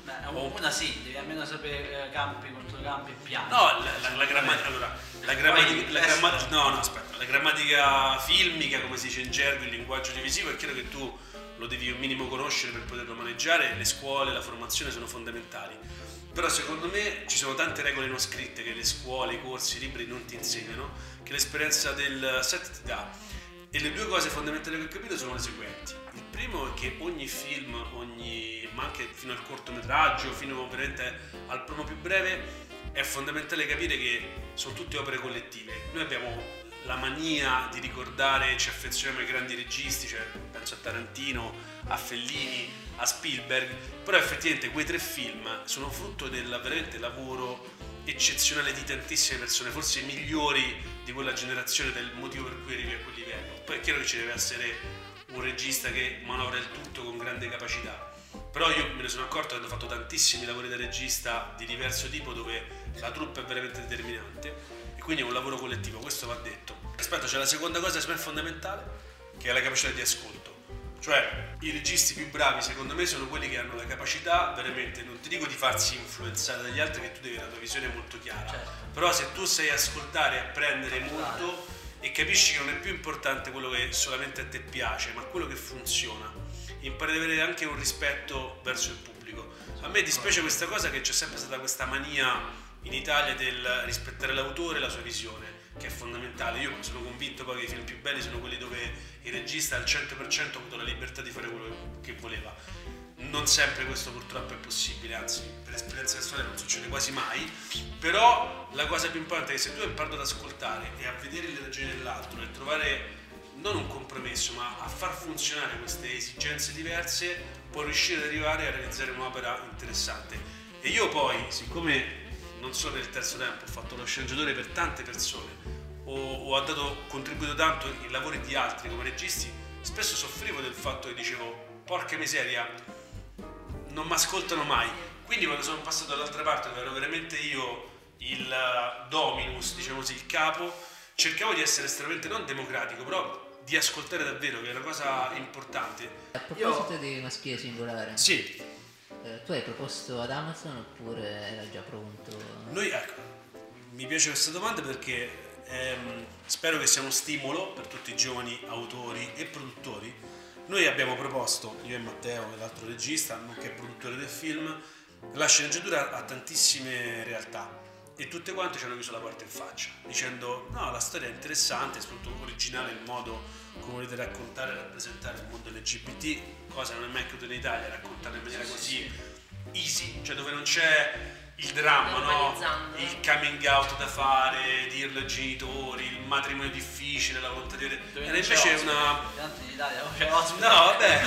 Beh, una sì, devi almeno sapere eh, campi contro campi e piani. No, la, la, la grammatica, allora, la grammatica, la grammatica, no, no, aspetta, la grammatica filmica, come si dice in gergo, il linguaggio televisivo, è chiaro che tu lo devi un minimo conoscere per poterlo maneggiare, le scuole, la formazione sono fondamentali. Però secondo me ci sono tante regole non scritte che le scuole, i corsi, i libri non ti insegnano, che l'esperienza del set ti dà. E le due cose fondamentali che ho capito sono le seguenti. Il primo è che ogni film, ogni, ma anche fino al cortometraggio, fino veramente al promo più breve, è fondamentale capire che sono tutte opere collettive. Noi abbiamo la mania di ricordare, ci affezioniamo ai grandi registi, cioè penso a Tarantino, a Fellini, a Spielberg, però effettivamente quei tre film sono frutto del veramente lavoro eccezionale di tantissime persone, forse i migliori di quella generazione, del motivo per cui arrivi a quel livello. Poi è chiaro che ci deve essere un regista che manovra il tutto con grande capacità, però io me ne sono accorto avendo fatto tantissimi lavori da regista di diverso tipo dove la troupe è veramente determinante e quindi è un lavoro collettivo, questo va detto. Aspetta, c'è la seconda cosa super fondamentale che è la capacità di ascolto. Cioè, i registi più bravi secondo me sono quelli che hanno la capacità veramente, non ti dico di farsi influenzare dagli altri, che tu devi avere la tua visione molto chiara, certo. Però se tu sai ascoltare e apprendere molto e capisci che non è più importante quello che solamente a te piace, ma quello che funziona, impari ad avere anche un rispetto verso il pubblico. A me dispiace questa cosa, che c'è sempre stata questa mania in Italia del rispettare l'autore e la sua visione, che è fondamentale. Io sono convinto poi che i film più belli sono quelli dove il regista al cento per cento ha avuto la libertà di fare quello che voleva. Non sempre questo purtroppo è possibile, anzi per esperienza personale non succede quasi mai, però la cosa più importante è che se tu hai imparato ad ascoltare e a vedere le ragioni dell'altro e trovare non un compromesso ma a far funzionare queste esigenze diverse, puoi riuscire ad arrivare a realizzare un'opera interessante. E io poi, siccome non solo nel terzo tempo ho fatto lo sceneggiatore per tante persone, o ho dato contribuito tanto in lavori di altri come registi, spesso soffrivo del fatto che dicevo porca miseria, non mi ascoltano mai. Quindi quando sono passato dall'altra parte, dove ero veramente io il dominus, diciamo così, il capo, cercavo di essere estremamente non democratico, però di ascoltare davvero, che è una cosa importante. A proposito io... di Maschile Singolare, sì. Eh, tu hai proposto ad Amazon oppure era già pronto? Noi, ecco, mi piace questa domanda perché ehm, spero che sia uno stimolo per tutti i giovani autori e produttori. Noi abbiamo proposto, io e Matteo, l'altro regista, nonché produttore del film, la sceneggiatura a tantissime realtà e tutte quante ci hanno chiuso la porta in faccia, dicendo no, la storia è interessante, è soprattutto originale il modo come volete raccontare e rappresentare il mondo L G B T, cosa non è mai accaduto in Italia, raccontarlo in maniera così easy, cioè dove non c'è il dramma, no? Il coming out da fare, dirlo ai genitori, il matrimonio difficile, la volontà di avere. Era invece una. Tanto in Italia non c'è ospite. No, vabbè.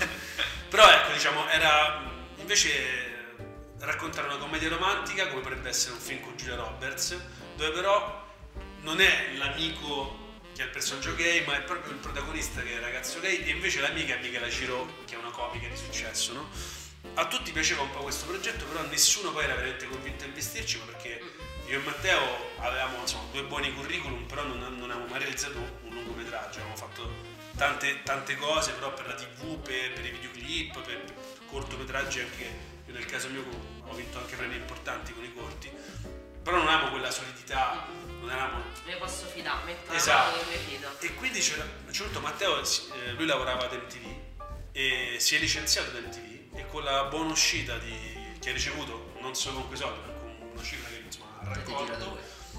Però ecco, diciamo, era invece raccontare una commedia romantica come potrebbe essere un film con Julia Roberts, dove però non è l'amico che è il personaggio gay, ma è proprio il protagonista che è il ragazzo gay, e invece l'amica è Michela Ciro, che è una comica di successo, no? A tutti piaceva un po' questo progetto, però nessuno poi era veramente convinto a investirci, ma perché io e Matteo avevamo insomma due buoni curriculum, però non, non avevamo mai realizzato un lungometraggio, avevamo fatto tante, tante cose, però per la tivù, per, per i videoclip, per, per cortometraggi anche. Io nel caso mio ho vinto anche premi importanti con i corti, però non avevamo quella solidità, non eravamo... Mi posso fidare, metto esatto. La mano e mi fido. E quindi c'era, a un certo punto Matteo, eh, lui lavorava ad M T V e si è licenziato da M T V e con la buona uscita di, che ha ricevuto, non solo con quei soldi, ma con una cifra che insomma ha raccolto,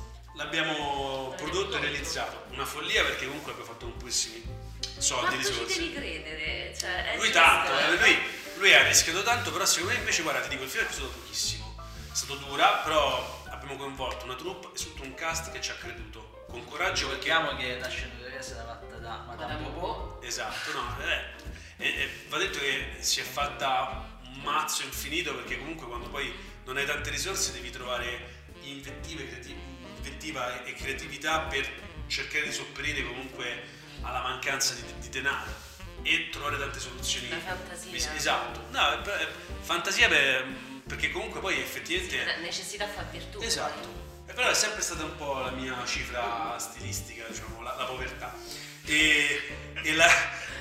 l'abbiamo prodotto e realizzato. Una follia perché comunque abbiamo fatto un pochissimi soldi, risorse. Ma ci devi credere, cioè, è lui giusto. tanto, eh, lui, lui ha rischiato tanto, però secondo me invece guarda, ti dico, il film è costato pochissimo, è stato dura, però abbiamo coinvolto una troupe e tutto un cast che ci ha creduto con coraggio, perché Ricordiamo che la sceneggiatura è stata fatta da Madame Bobo. Esatto, no, eh, e, e va detto che si è fatta un mazzo infinito, perché comunque quando poi non hai tante risorse devi trovare invettive, creativ- invettiva e creatività per cercare di sopperire comunque alla mancanza di, di denaro e trovare tante soluzioni. La fantasia. Esatto, no, fantasia per, perché comunque poi effettivamente... Sì, necessità fa virtù. Esatto, e però è sempre stata un po' la mia cifra stilistica, diciamo, la, la povertà. E, e, la,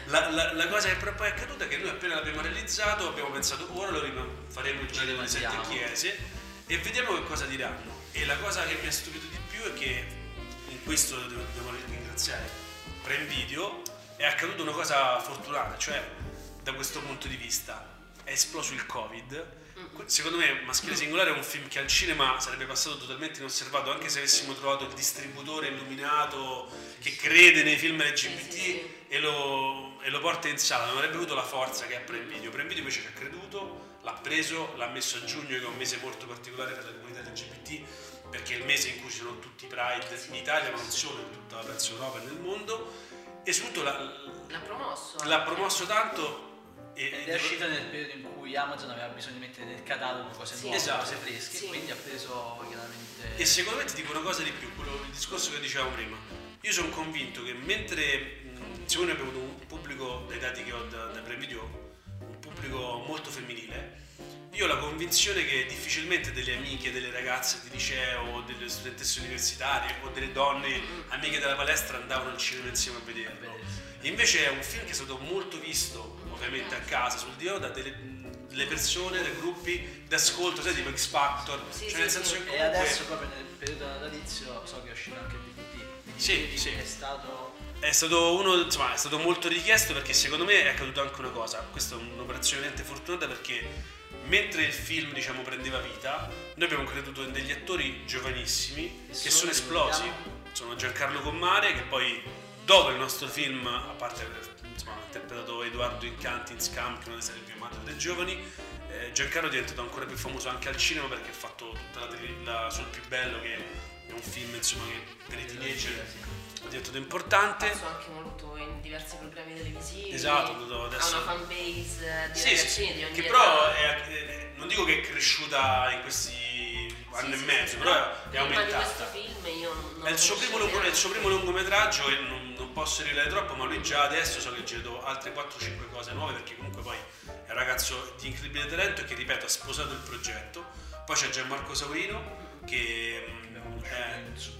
la, la, la cosa che però poi è accaduta è che noi appena l'abbiamo realizzato abbiamo pensato ora lo rim- faremo il giro delle sette chiese e vediamo che cosa diranno. E la cosa che mi ha stupito di più è che in questo dobbiamo ringraziare Prime Video, è accaduta una cosa fortunata, cioè da questo punto di vista è esploso il Covid. Secondo me Maschile Singolare è un film che al cinema sarebbe passato totalmente inosservato anche se avessimo trovato il distributore illuminato che crede nei film L G B T sì, sì. E, lo, e lo porta in sala, non avrebbe avuto la forza che ha Prime Video. Prime Video invece ci ha creduto, l'ha preso, l'ha messo a giugno, che è un mese molto particolare per la comunità L G B T, perché è il mese in cui ci sono tutti i Pride in Italia, ma non solo, in tutta penso Europa e nel mondo, e soprattutto l'ha promosso, l'ha promosso tanto. E, Ed è uscito nel periodo in cui Amazon aveva bisogno di mettere nel catalogo cose Sì, nuove, esatto. cose fresche, Sì. quindi ha preso chiaramente... E secondo me ti dico una cosa di più, quello, il discorso che dicevamo prima. Io sono convinto che mentre, mh, siccome abbiamo avuto un pubblico, dai dati che ho da, da Prime Video, un pubblico molto femminile, io ho la convinzione che difficilmente delle amiche, delle ragazze di liceo, delle studentesse universitarie o delle donne amiche della palestra andavano al cinema insieme a vederlo. E invece è un film che è stato molto visto, ovviamente a casa, sul divano, da delle, delle persone, da gruppi d'ascolto, sai, tipo X Factor, Sì, cioè sì, nel senso sì. che E comunque... adesso proprio nel periodo natalizio so che è uscito anche il D V D. Sì, sì. È stato... È stato uno, insomma, è stato molto richiesto perché secondo me è accaduto anche una cosa. Questa è un'operazione veramente fortunata perché mentre il film, diciamo, prendeva vita, noi abbiamo creduto in degli attori giovanissimi che sono esplosi. Sono Giancarlo Commare, che poi dopo il nostro film, a parte aver insomma, interpretato Edoardo Incanti in Scam, che è una delle serie più amate dai giovani, eh, Giancarlo è diventato ancora più famoso anche al cinema perché ha fatto tutta la, tele- la sul più bello, che è un film insomma che per i teenager è diventato importante. Passo anche molto in diversi programmi televisivi. Esatto, adesso... ha una fanbase di Sì, ragazzini sì, di ogni che età. però è, è- non dico che è cresciuta in questi anni Sì, e sì, mezzo, sì, però è prima aumentata. di questo film io non È il, suo primo, lungo- è il suo primo lungometraggio e non, non posso rivelare troppo, ma lui già adesso so che ha girato altre quattro cinque cose nuove perché comunque poi è un ragazzo di incredibile talento e che, ripeto, ha sposato il progetto. Poi c'è Gianmarco Saurino che mm, è,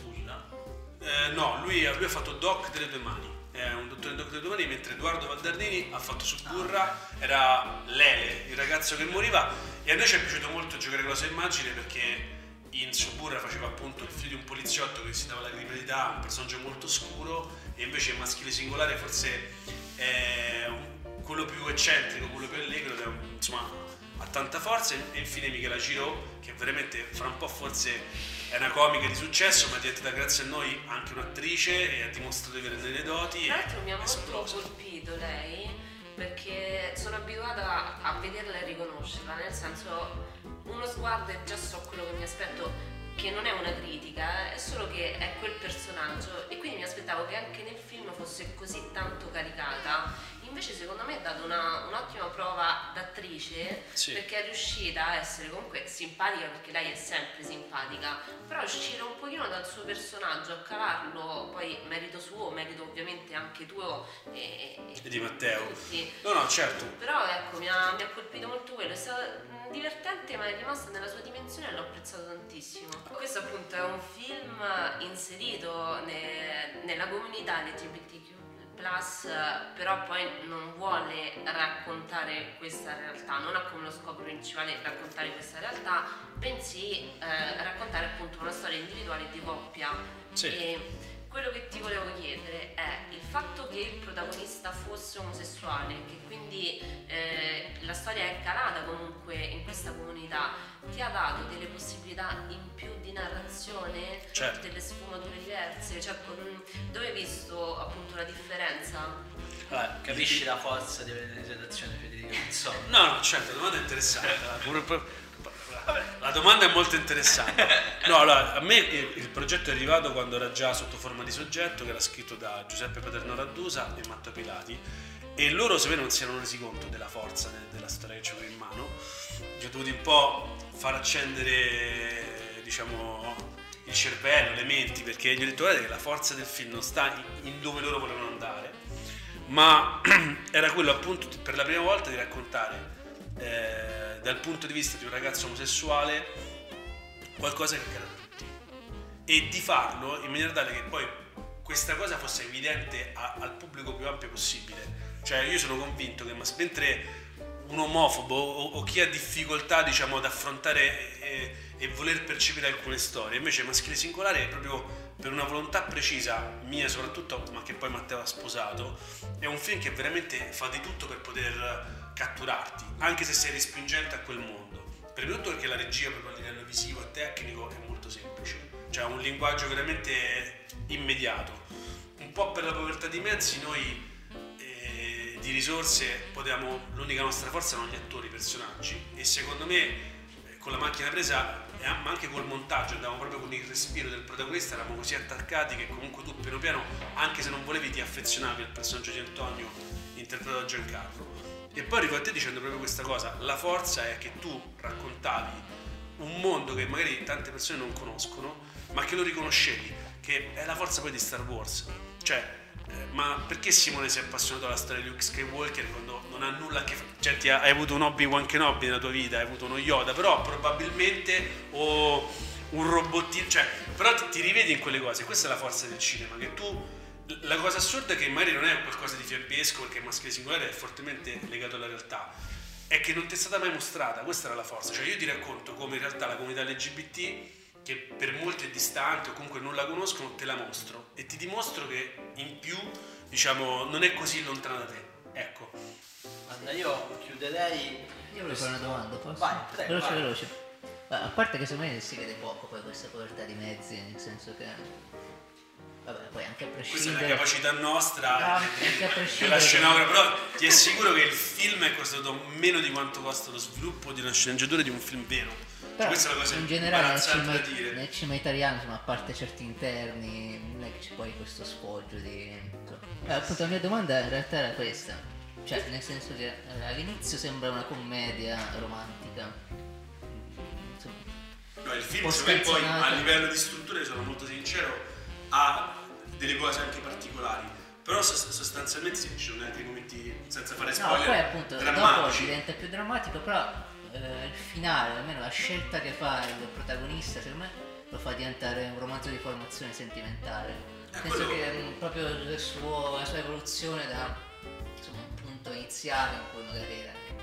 eh, no, lui, lui ha fatto Doc delle due mani, è un dottore in Doc delle due mani, mentre Edoardo Valdarnini ha fatto Suburra, era Lele, il ragazzo che moriva, e a noi ci è piaciuto molto giocare con la sua immagine perché in Suburra faceva appunto il figlio di un poliziotto che si dava la criminalità, un personaggio molto scuro, e invece in Maschile Singolare forse è un- quello più eccentrico, quello più allegro, che è, insomma ha tanta forza. E infine Michela Giraud, che veramente fra un po' forse è una comica di successo, ma è diventata grazie a noi anche un'attrice e ha dimostrato di avere delle doti. Tra l'altro mi ha è molto esplosa. colpito lei perché sono abituata a vederla e riconoscerla, nel senso uno sguardo e già so quello che mi aspetto, che non è una critica, è solo che è quel personaggio e quindi mi aspettavo che anche nel film fosse così tanto caricata. Invece secondo me ha dato una, un'ottima prova d'attrice, Sì. perché è riuscita a essere comunque simpatica, perché lei è sempre simpatica, però uscire un pochino dal suo personaggio, a cavarlo, poi merito suo, merito ovviamente anche tuo e, E di Matteo. tutti. No, no, certo. Però ecco, mi ha, mi ha colpito molto quello, è stato mh, divertente, ma è rimasto nella sua dimensione e l'ho apprezzato tantissimo. Questo appunto è un film inserito ne- nella comunità L G B T Q plus, però poi non vuole raccontare questa realtà, non ha come lo scopo principale raccontare questa realtà, bensì eh, raccontare appunto una storia individuale di coppia. Sì. E quello che ti volevo chiedere è il fatto che il protagonista fosse omosessuale, che quindi eh, la storia è calata comunque in questa comunità, ti ha dato delle possibilità in più di narrazione, Certo. delle sfumature diverse, cioè con- dove hai visto appunto la differenza? Allora, capisci la forza di avere in redazione Federica Pizzoni? No, no, certo, la domanda è interessante. La domanda è molto interessante. No, allora, a me il il progetto è arrivato quando era già sotto forma di soggetto, che era scritto da Giuseppe Paterno Raddusa e Matteo Pilati, e loro, sebbene non si erano resi conto della forza de- della storia che c'avevo in mano, gli ho dovuto un po' far accendere, diciamo, il cervello, le menti, perché gli ho detto, guardate che la forza del film non sta in, in dove loro volevano andare, ma era quello appunto per la prima volta di raccontare eh, dal punto di vista di un ragazzo omosessuale qualcosa che accade a tutti, e di farlo in maniera tale che poi questa cosa fosse evidente a- al pubblico più ampio possibile, Cioè io sono convinto che mas- mentre un omofobo o, o chi ha difficoltà diciamo ad affrontare e, e voler percepire alcune storie, invece Maschile Singolare è proprio per una volontà precisa mia soprattutto, ma che poi Matteo ha sposato, è un film che veramente fa di tutto per poter catturarti, anche se sei respingente a quel mondo. Prima di tutto perché la regia proprio a livello visivo e tecnico è molto semplice, cioè ha un linguaggio veramente immediato. Un po' per la povertà di mezzi noi eh, di risorse potevamo, l'unica nostra forza erano gli attori, i personaggi, e secondo me eh, con la macchina presa eh, ma anche col montaggio andavamo proprio con il respiro del protagonista, eravamo così attaccati che comunque tu piano piano, anche se non volevi, ti affezionavi al personaggio di Antonio interpretato da Giancarlo. E poi arrivo a te dicendo proprio questa cosa, la forza è che tu raccontavi un mondo che magari tante persone non conoscono, ma che lo riconoscevi, che è la forza poi di Star Wars. Cioè, eh, ma perché Simone si è appassionato alla storia di Luke Skywalker quando non ha nulla a che fare? Cioè, ti ha, hai avuto un Obi-Wan Kenobi nella tua vita, hai avuto uno Yoda, però probabilmente o un robottino, cioè, però ti, ti rivedi in quelle cose. Questa è la forza del cinema, che tu... La cosa assurda è che magari non è qualcosa di fiabesco, perché Maschile Singolare è fortemente legato alla realtà, è che non ti è stata mai mostrata. Questa era la forza. Cioè io ti racconto come in realtà la comunità L G B T, che per molti è distante o comunque non la conoscono, te la mostro e ti dimostro che in più, diciamo, non è così lontana da te. Ecco. Guarda, io chiuderei. Io volevo fare una domanda, posso? Vai, prego, Veloce, vai. veloce. A parte che secondo me si vede poco poi questa povertà di mezzi, nel senso che... Vabbè, poi anche a Questa è prescindere... una capacità nostra, No, anche a che prescindere... la scenografia, però ti assicuro che il film è costato meno di quanto costa lo sviluppo di una sceneggiatura di un film vero. Però, Questa è la cosa in generale nel imbarazzante cinema, da dire. nel cinema italiano, insomma, a parte certi interni, non è che c'è poi questo sfoggio di... insomma. Eh, appunto la mia domanda in realtà era questa, cioè nel senso che eh, all'inizio sembra una commedia romantica, insomma, No, il film un po' secondo me poi a stazionato. livello di strutture, sono molto sincero, ha delle cose anche particolari, però sost- sostanzialmente sì, ci sono altri momenti, senza fare No, spoiler, poi appunto dopo drammatici. diventa più drammatico, però eh, il finale, almeno la scelta che fa il protagonista, secondo me, lo fa diventare un romanzo di formazione sentimentale. Eh, Penso quello- che mh, proprio il suo- la sua evoluzione da insomma, un punto iniziale in cui magari era anche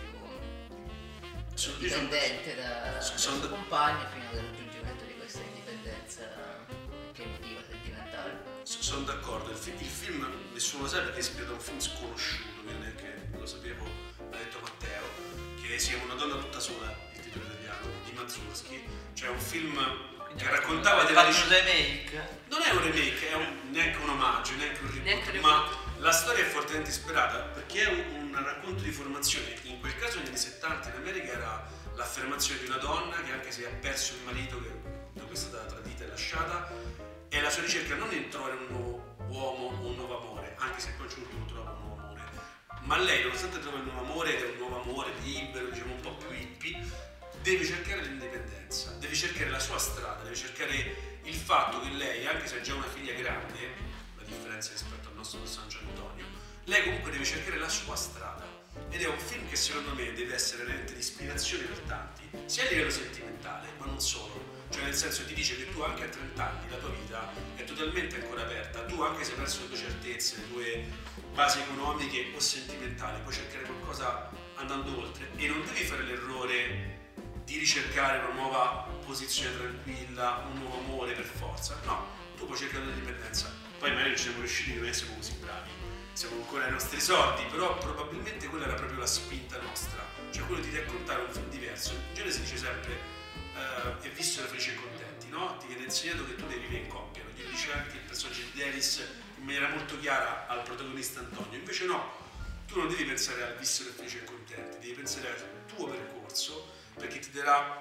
più Sono- io sono- dipendente da, dal sono- suo compagno fino al raggiungimento di questa indipendenza che emotiva, sentimentale. So- Sono d'accordo, il, fi- il film nessuno lo sa perché è ispirato a un film sconosciuto, io neanche lo sapevo, l'ha detto Matteo, che si chiama Una donna tutta sola, il titolo italiano, di Mazursky, cioè un film che raccontava della fatto un ricerca. remake. Non è un remake, è un- neanche un omaggio, neanche un reboot, Neanche un ma la storia è fortemente ispirata perché è un, un racconto di formazione. In quel caso negli anni settanta in America era l'affermazione di una donna che anche se ha perso il marito, che da cui è stata tradita e lasciata, è la sua ricerca non di trovare un nuovo uomo o un nuovo amore, anche se poi l'ultimo trova un nuovo amore, ma lei nonostante trova il nuovo amore ed è un nuovo amore libero, diciamo un po' più hippie, deve cercare l'indipendenza, deve cercare la sua strada, deve cercare il fatto che lei, anche se ha già una figlia grande, la differenza rispetto al nostro personaggio Antonio, lei comunque deve cercare la sua strada. Ed è un film che secondo me deve essere veramente di ispirazione per tanti, sia a livello sentimentale, ma non solo. Cioè nel senso ti dice che tu anche a trenta anni la tua vita è totalmente ancora aperta, tu anche se hai perso le tue certezze, le tue basi economiche o sentimentali, puoi cercare qualcosa andando oltre e non devi fare l'errore di ricercare una nuova posizione tranquilla, un nuovo amore per forza. No, tu puoi cercare l'indipendenza. Poi magari non ci siamo riusciti, noi siamo così bravi, siamo ancora ai nostri sordi, però probabilmente quella era proprio la spinta nostra, cioè quello di raccontare un film diverso. In genere si dice sempre eh, e vissero felici e contenti, no? Ti viene insegnato che tu devi vivere in coppia, lo dice anche il personaggio di Dennis in maniera molto chiara al protagonista Antonio. Invece no, tu non devi pensare al vissero felici e contenti, devi pensare al tuo percorso, perché ti darà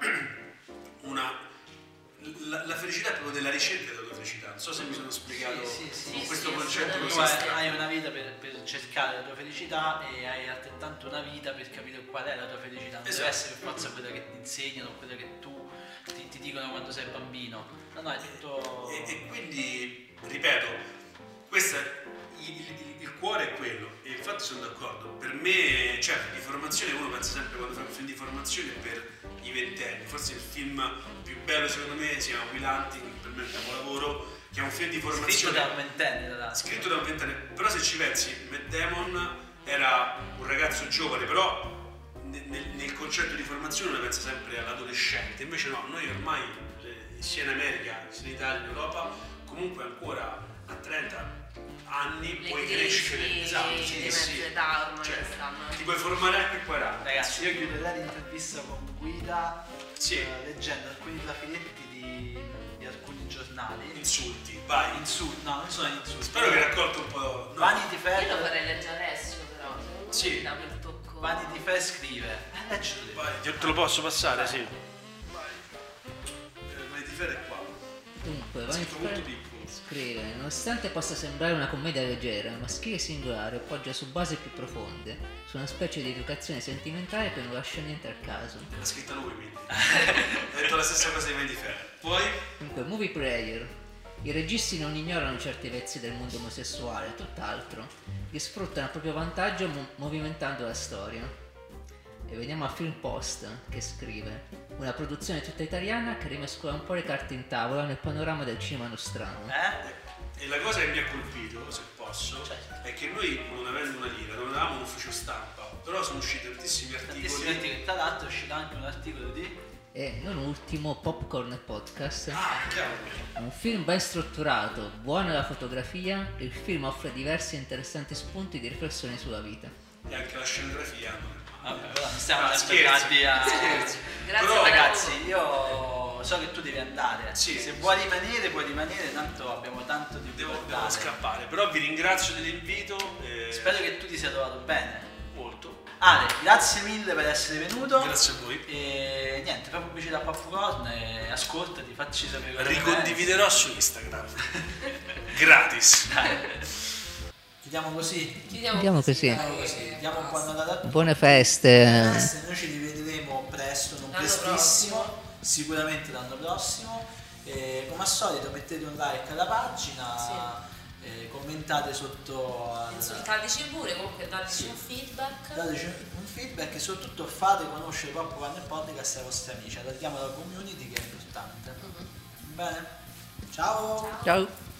una la, la felicità è proprio della ricerca della tua felicità. Non so se mi sono spiegato Sì, sì, sì, con sì, questo sì, concetto Tu così hai, strano. hai una vita per, per cercare la tua felicità e hai altrettanto una vita per capire qual è la tua felicità. Non Esatto. deve essere per forza quella che ti insegnano, quella che tu ti, ti dicono quando sei bambino. No, no, è tutto. E, e quindi, ripeto, questo è, il, il, il cuore è quello, e infatti sono d'accordo. Per me, certo, di formazione uno pensa sempre quando fa un film di formazione per i ventenni. Forse il film più bello secondo me si chiama Will Hunting, per me è un capolavoro, che è un film di formazione Scritto da un ventenne, tra l'altro. scritto da un ventenne, però se ci pensi, Matt Damon era un ragazzo giovane, però nel, nel concetto di formazione uno pensa sempre all'adolescente, invece no, noi ormai sia in America sia in Italia, in Europa, comunque ancora a trenta anni Le puoi crisi crescere, esatto, sì, di sì. mezza età ormai Cioè, stanno. ti puoi formare anche a quaranta. Ragazzi, io chiuderei l'intervista con Guida Sì. eh, leggendo alcuni trafiletti di, di alcuni giornali. Insulti, vai. Insulti, no, non sono insulti. Spero che hai raccolto un po'. No. Vanity Io Fair. lo farei leggere adesso però, secondo me Sì. mi dà quel tocco. Vanity Fair scrive. Eh, leggilo te. Vai, te lo posso passare? Sì. Vai. Eh, Vanity Fair è qua. Dunque, È Vanity scritto molto Fair piccolo. scrive: nonostante possa sembrare una commedia leggera, maschile e singolare, poggia su basi più profonde, su una specie di educazione sentimentale che non lascia niente al caso. L'ha scritta lui, quindi. Ha detto la stessa cosa di Vanity Fair. Poi, Dunque, Movie Player. I registi non ignorano certi vezzi del mondo omosessuale, tutt'altro. Li sfruttano a proprio vantaggio mo- movimentando la storia. E veniamo a Film Post, che scrive: una produzione tutta italiana che rimescola un po' le carte in tavola nel panorama del cinema nostrano. Eh? e la cosa che mi ha colpito, se posso, Certo. è che noi, non avendo una lira, non avevamo un ufficio stampa, però sono usciti tantissimi Tantissimi articoli. articoli. Tra l'altro è uscito anche un articolo di... E non ultimo, Popcorn Podcast. Ah, cavolo! Un film ben strutturato, buona la fotografia, il film offre diversi e interessanti spunti di riflessione sulla vita. E anche la scenografia. Vabbè, però non stiamo Ah, aspettati a... scherzi. Grazie Però, per Ragazzi, io so che tu devi andare. Sì, Se sì. vuoi rimanere, puoi rimanere, tanto abbiamo tanto di Devo, cui devo parlare. scappare, però vi ringrazio dell'invito. E... Spero che tu ti sia trovato bene. molto. Ale, grazie mille per essere venuto. Grazie a voi. E niente, fai pubblicità a Popcorn e ascoltati, facci sapere cosa ne Ricondividerò su Instagram. Gratis. pensi. Dai. Chiudiamo così. Chiudiamo Andiamo così. Chiudiamo così. Diamo un buon Natale a tutti. Buone feste. Feste, noi ci rivedremo presto, non L'anno prestissimo, prossimo. sicuramente l'anno prossimo. E come al solito mettete un like alla pagina, e commentate sotto al- Insultateci pure, comunque dateci Sì. un feedback. dateci un feedback e soprattutto fate conoscere Popcorn e Podcast ai vostri amici, allarghiamo la community che è importante. Mhm. Bene? Ciao. Ciao.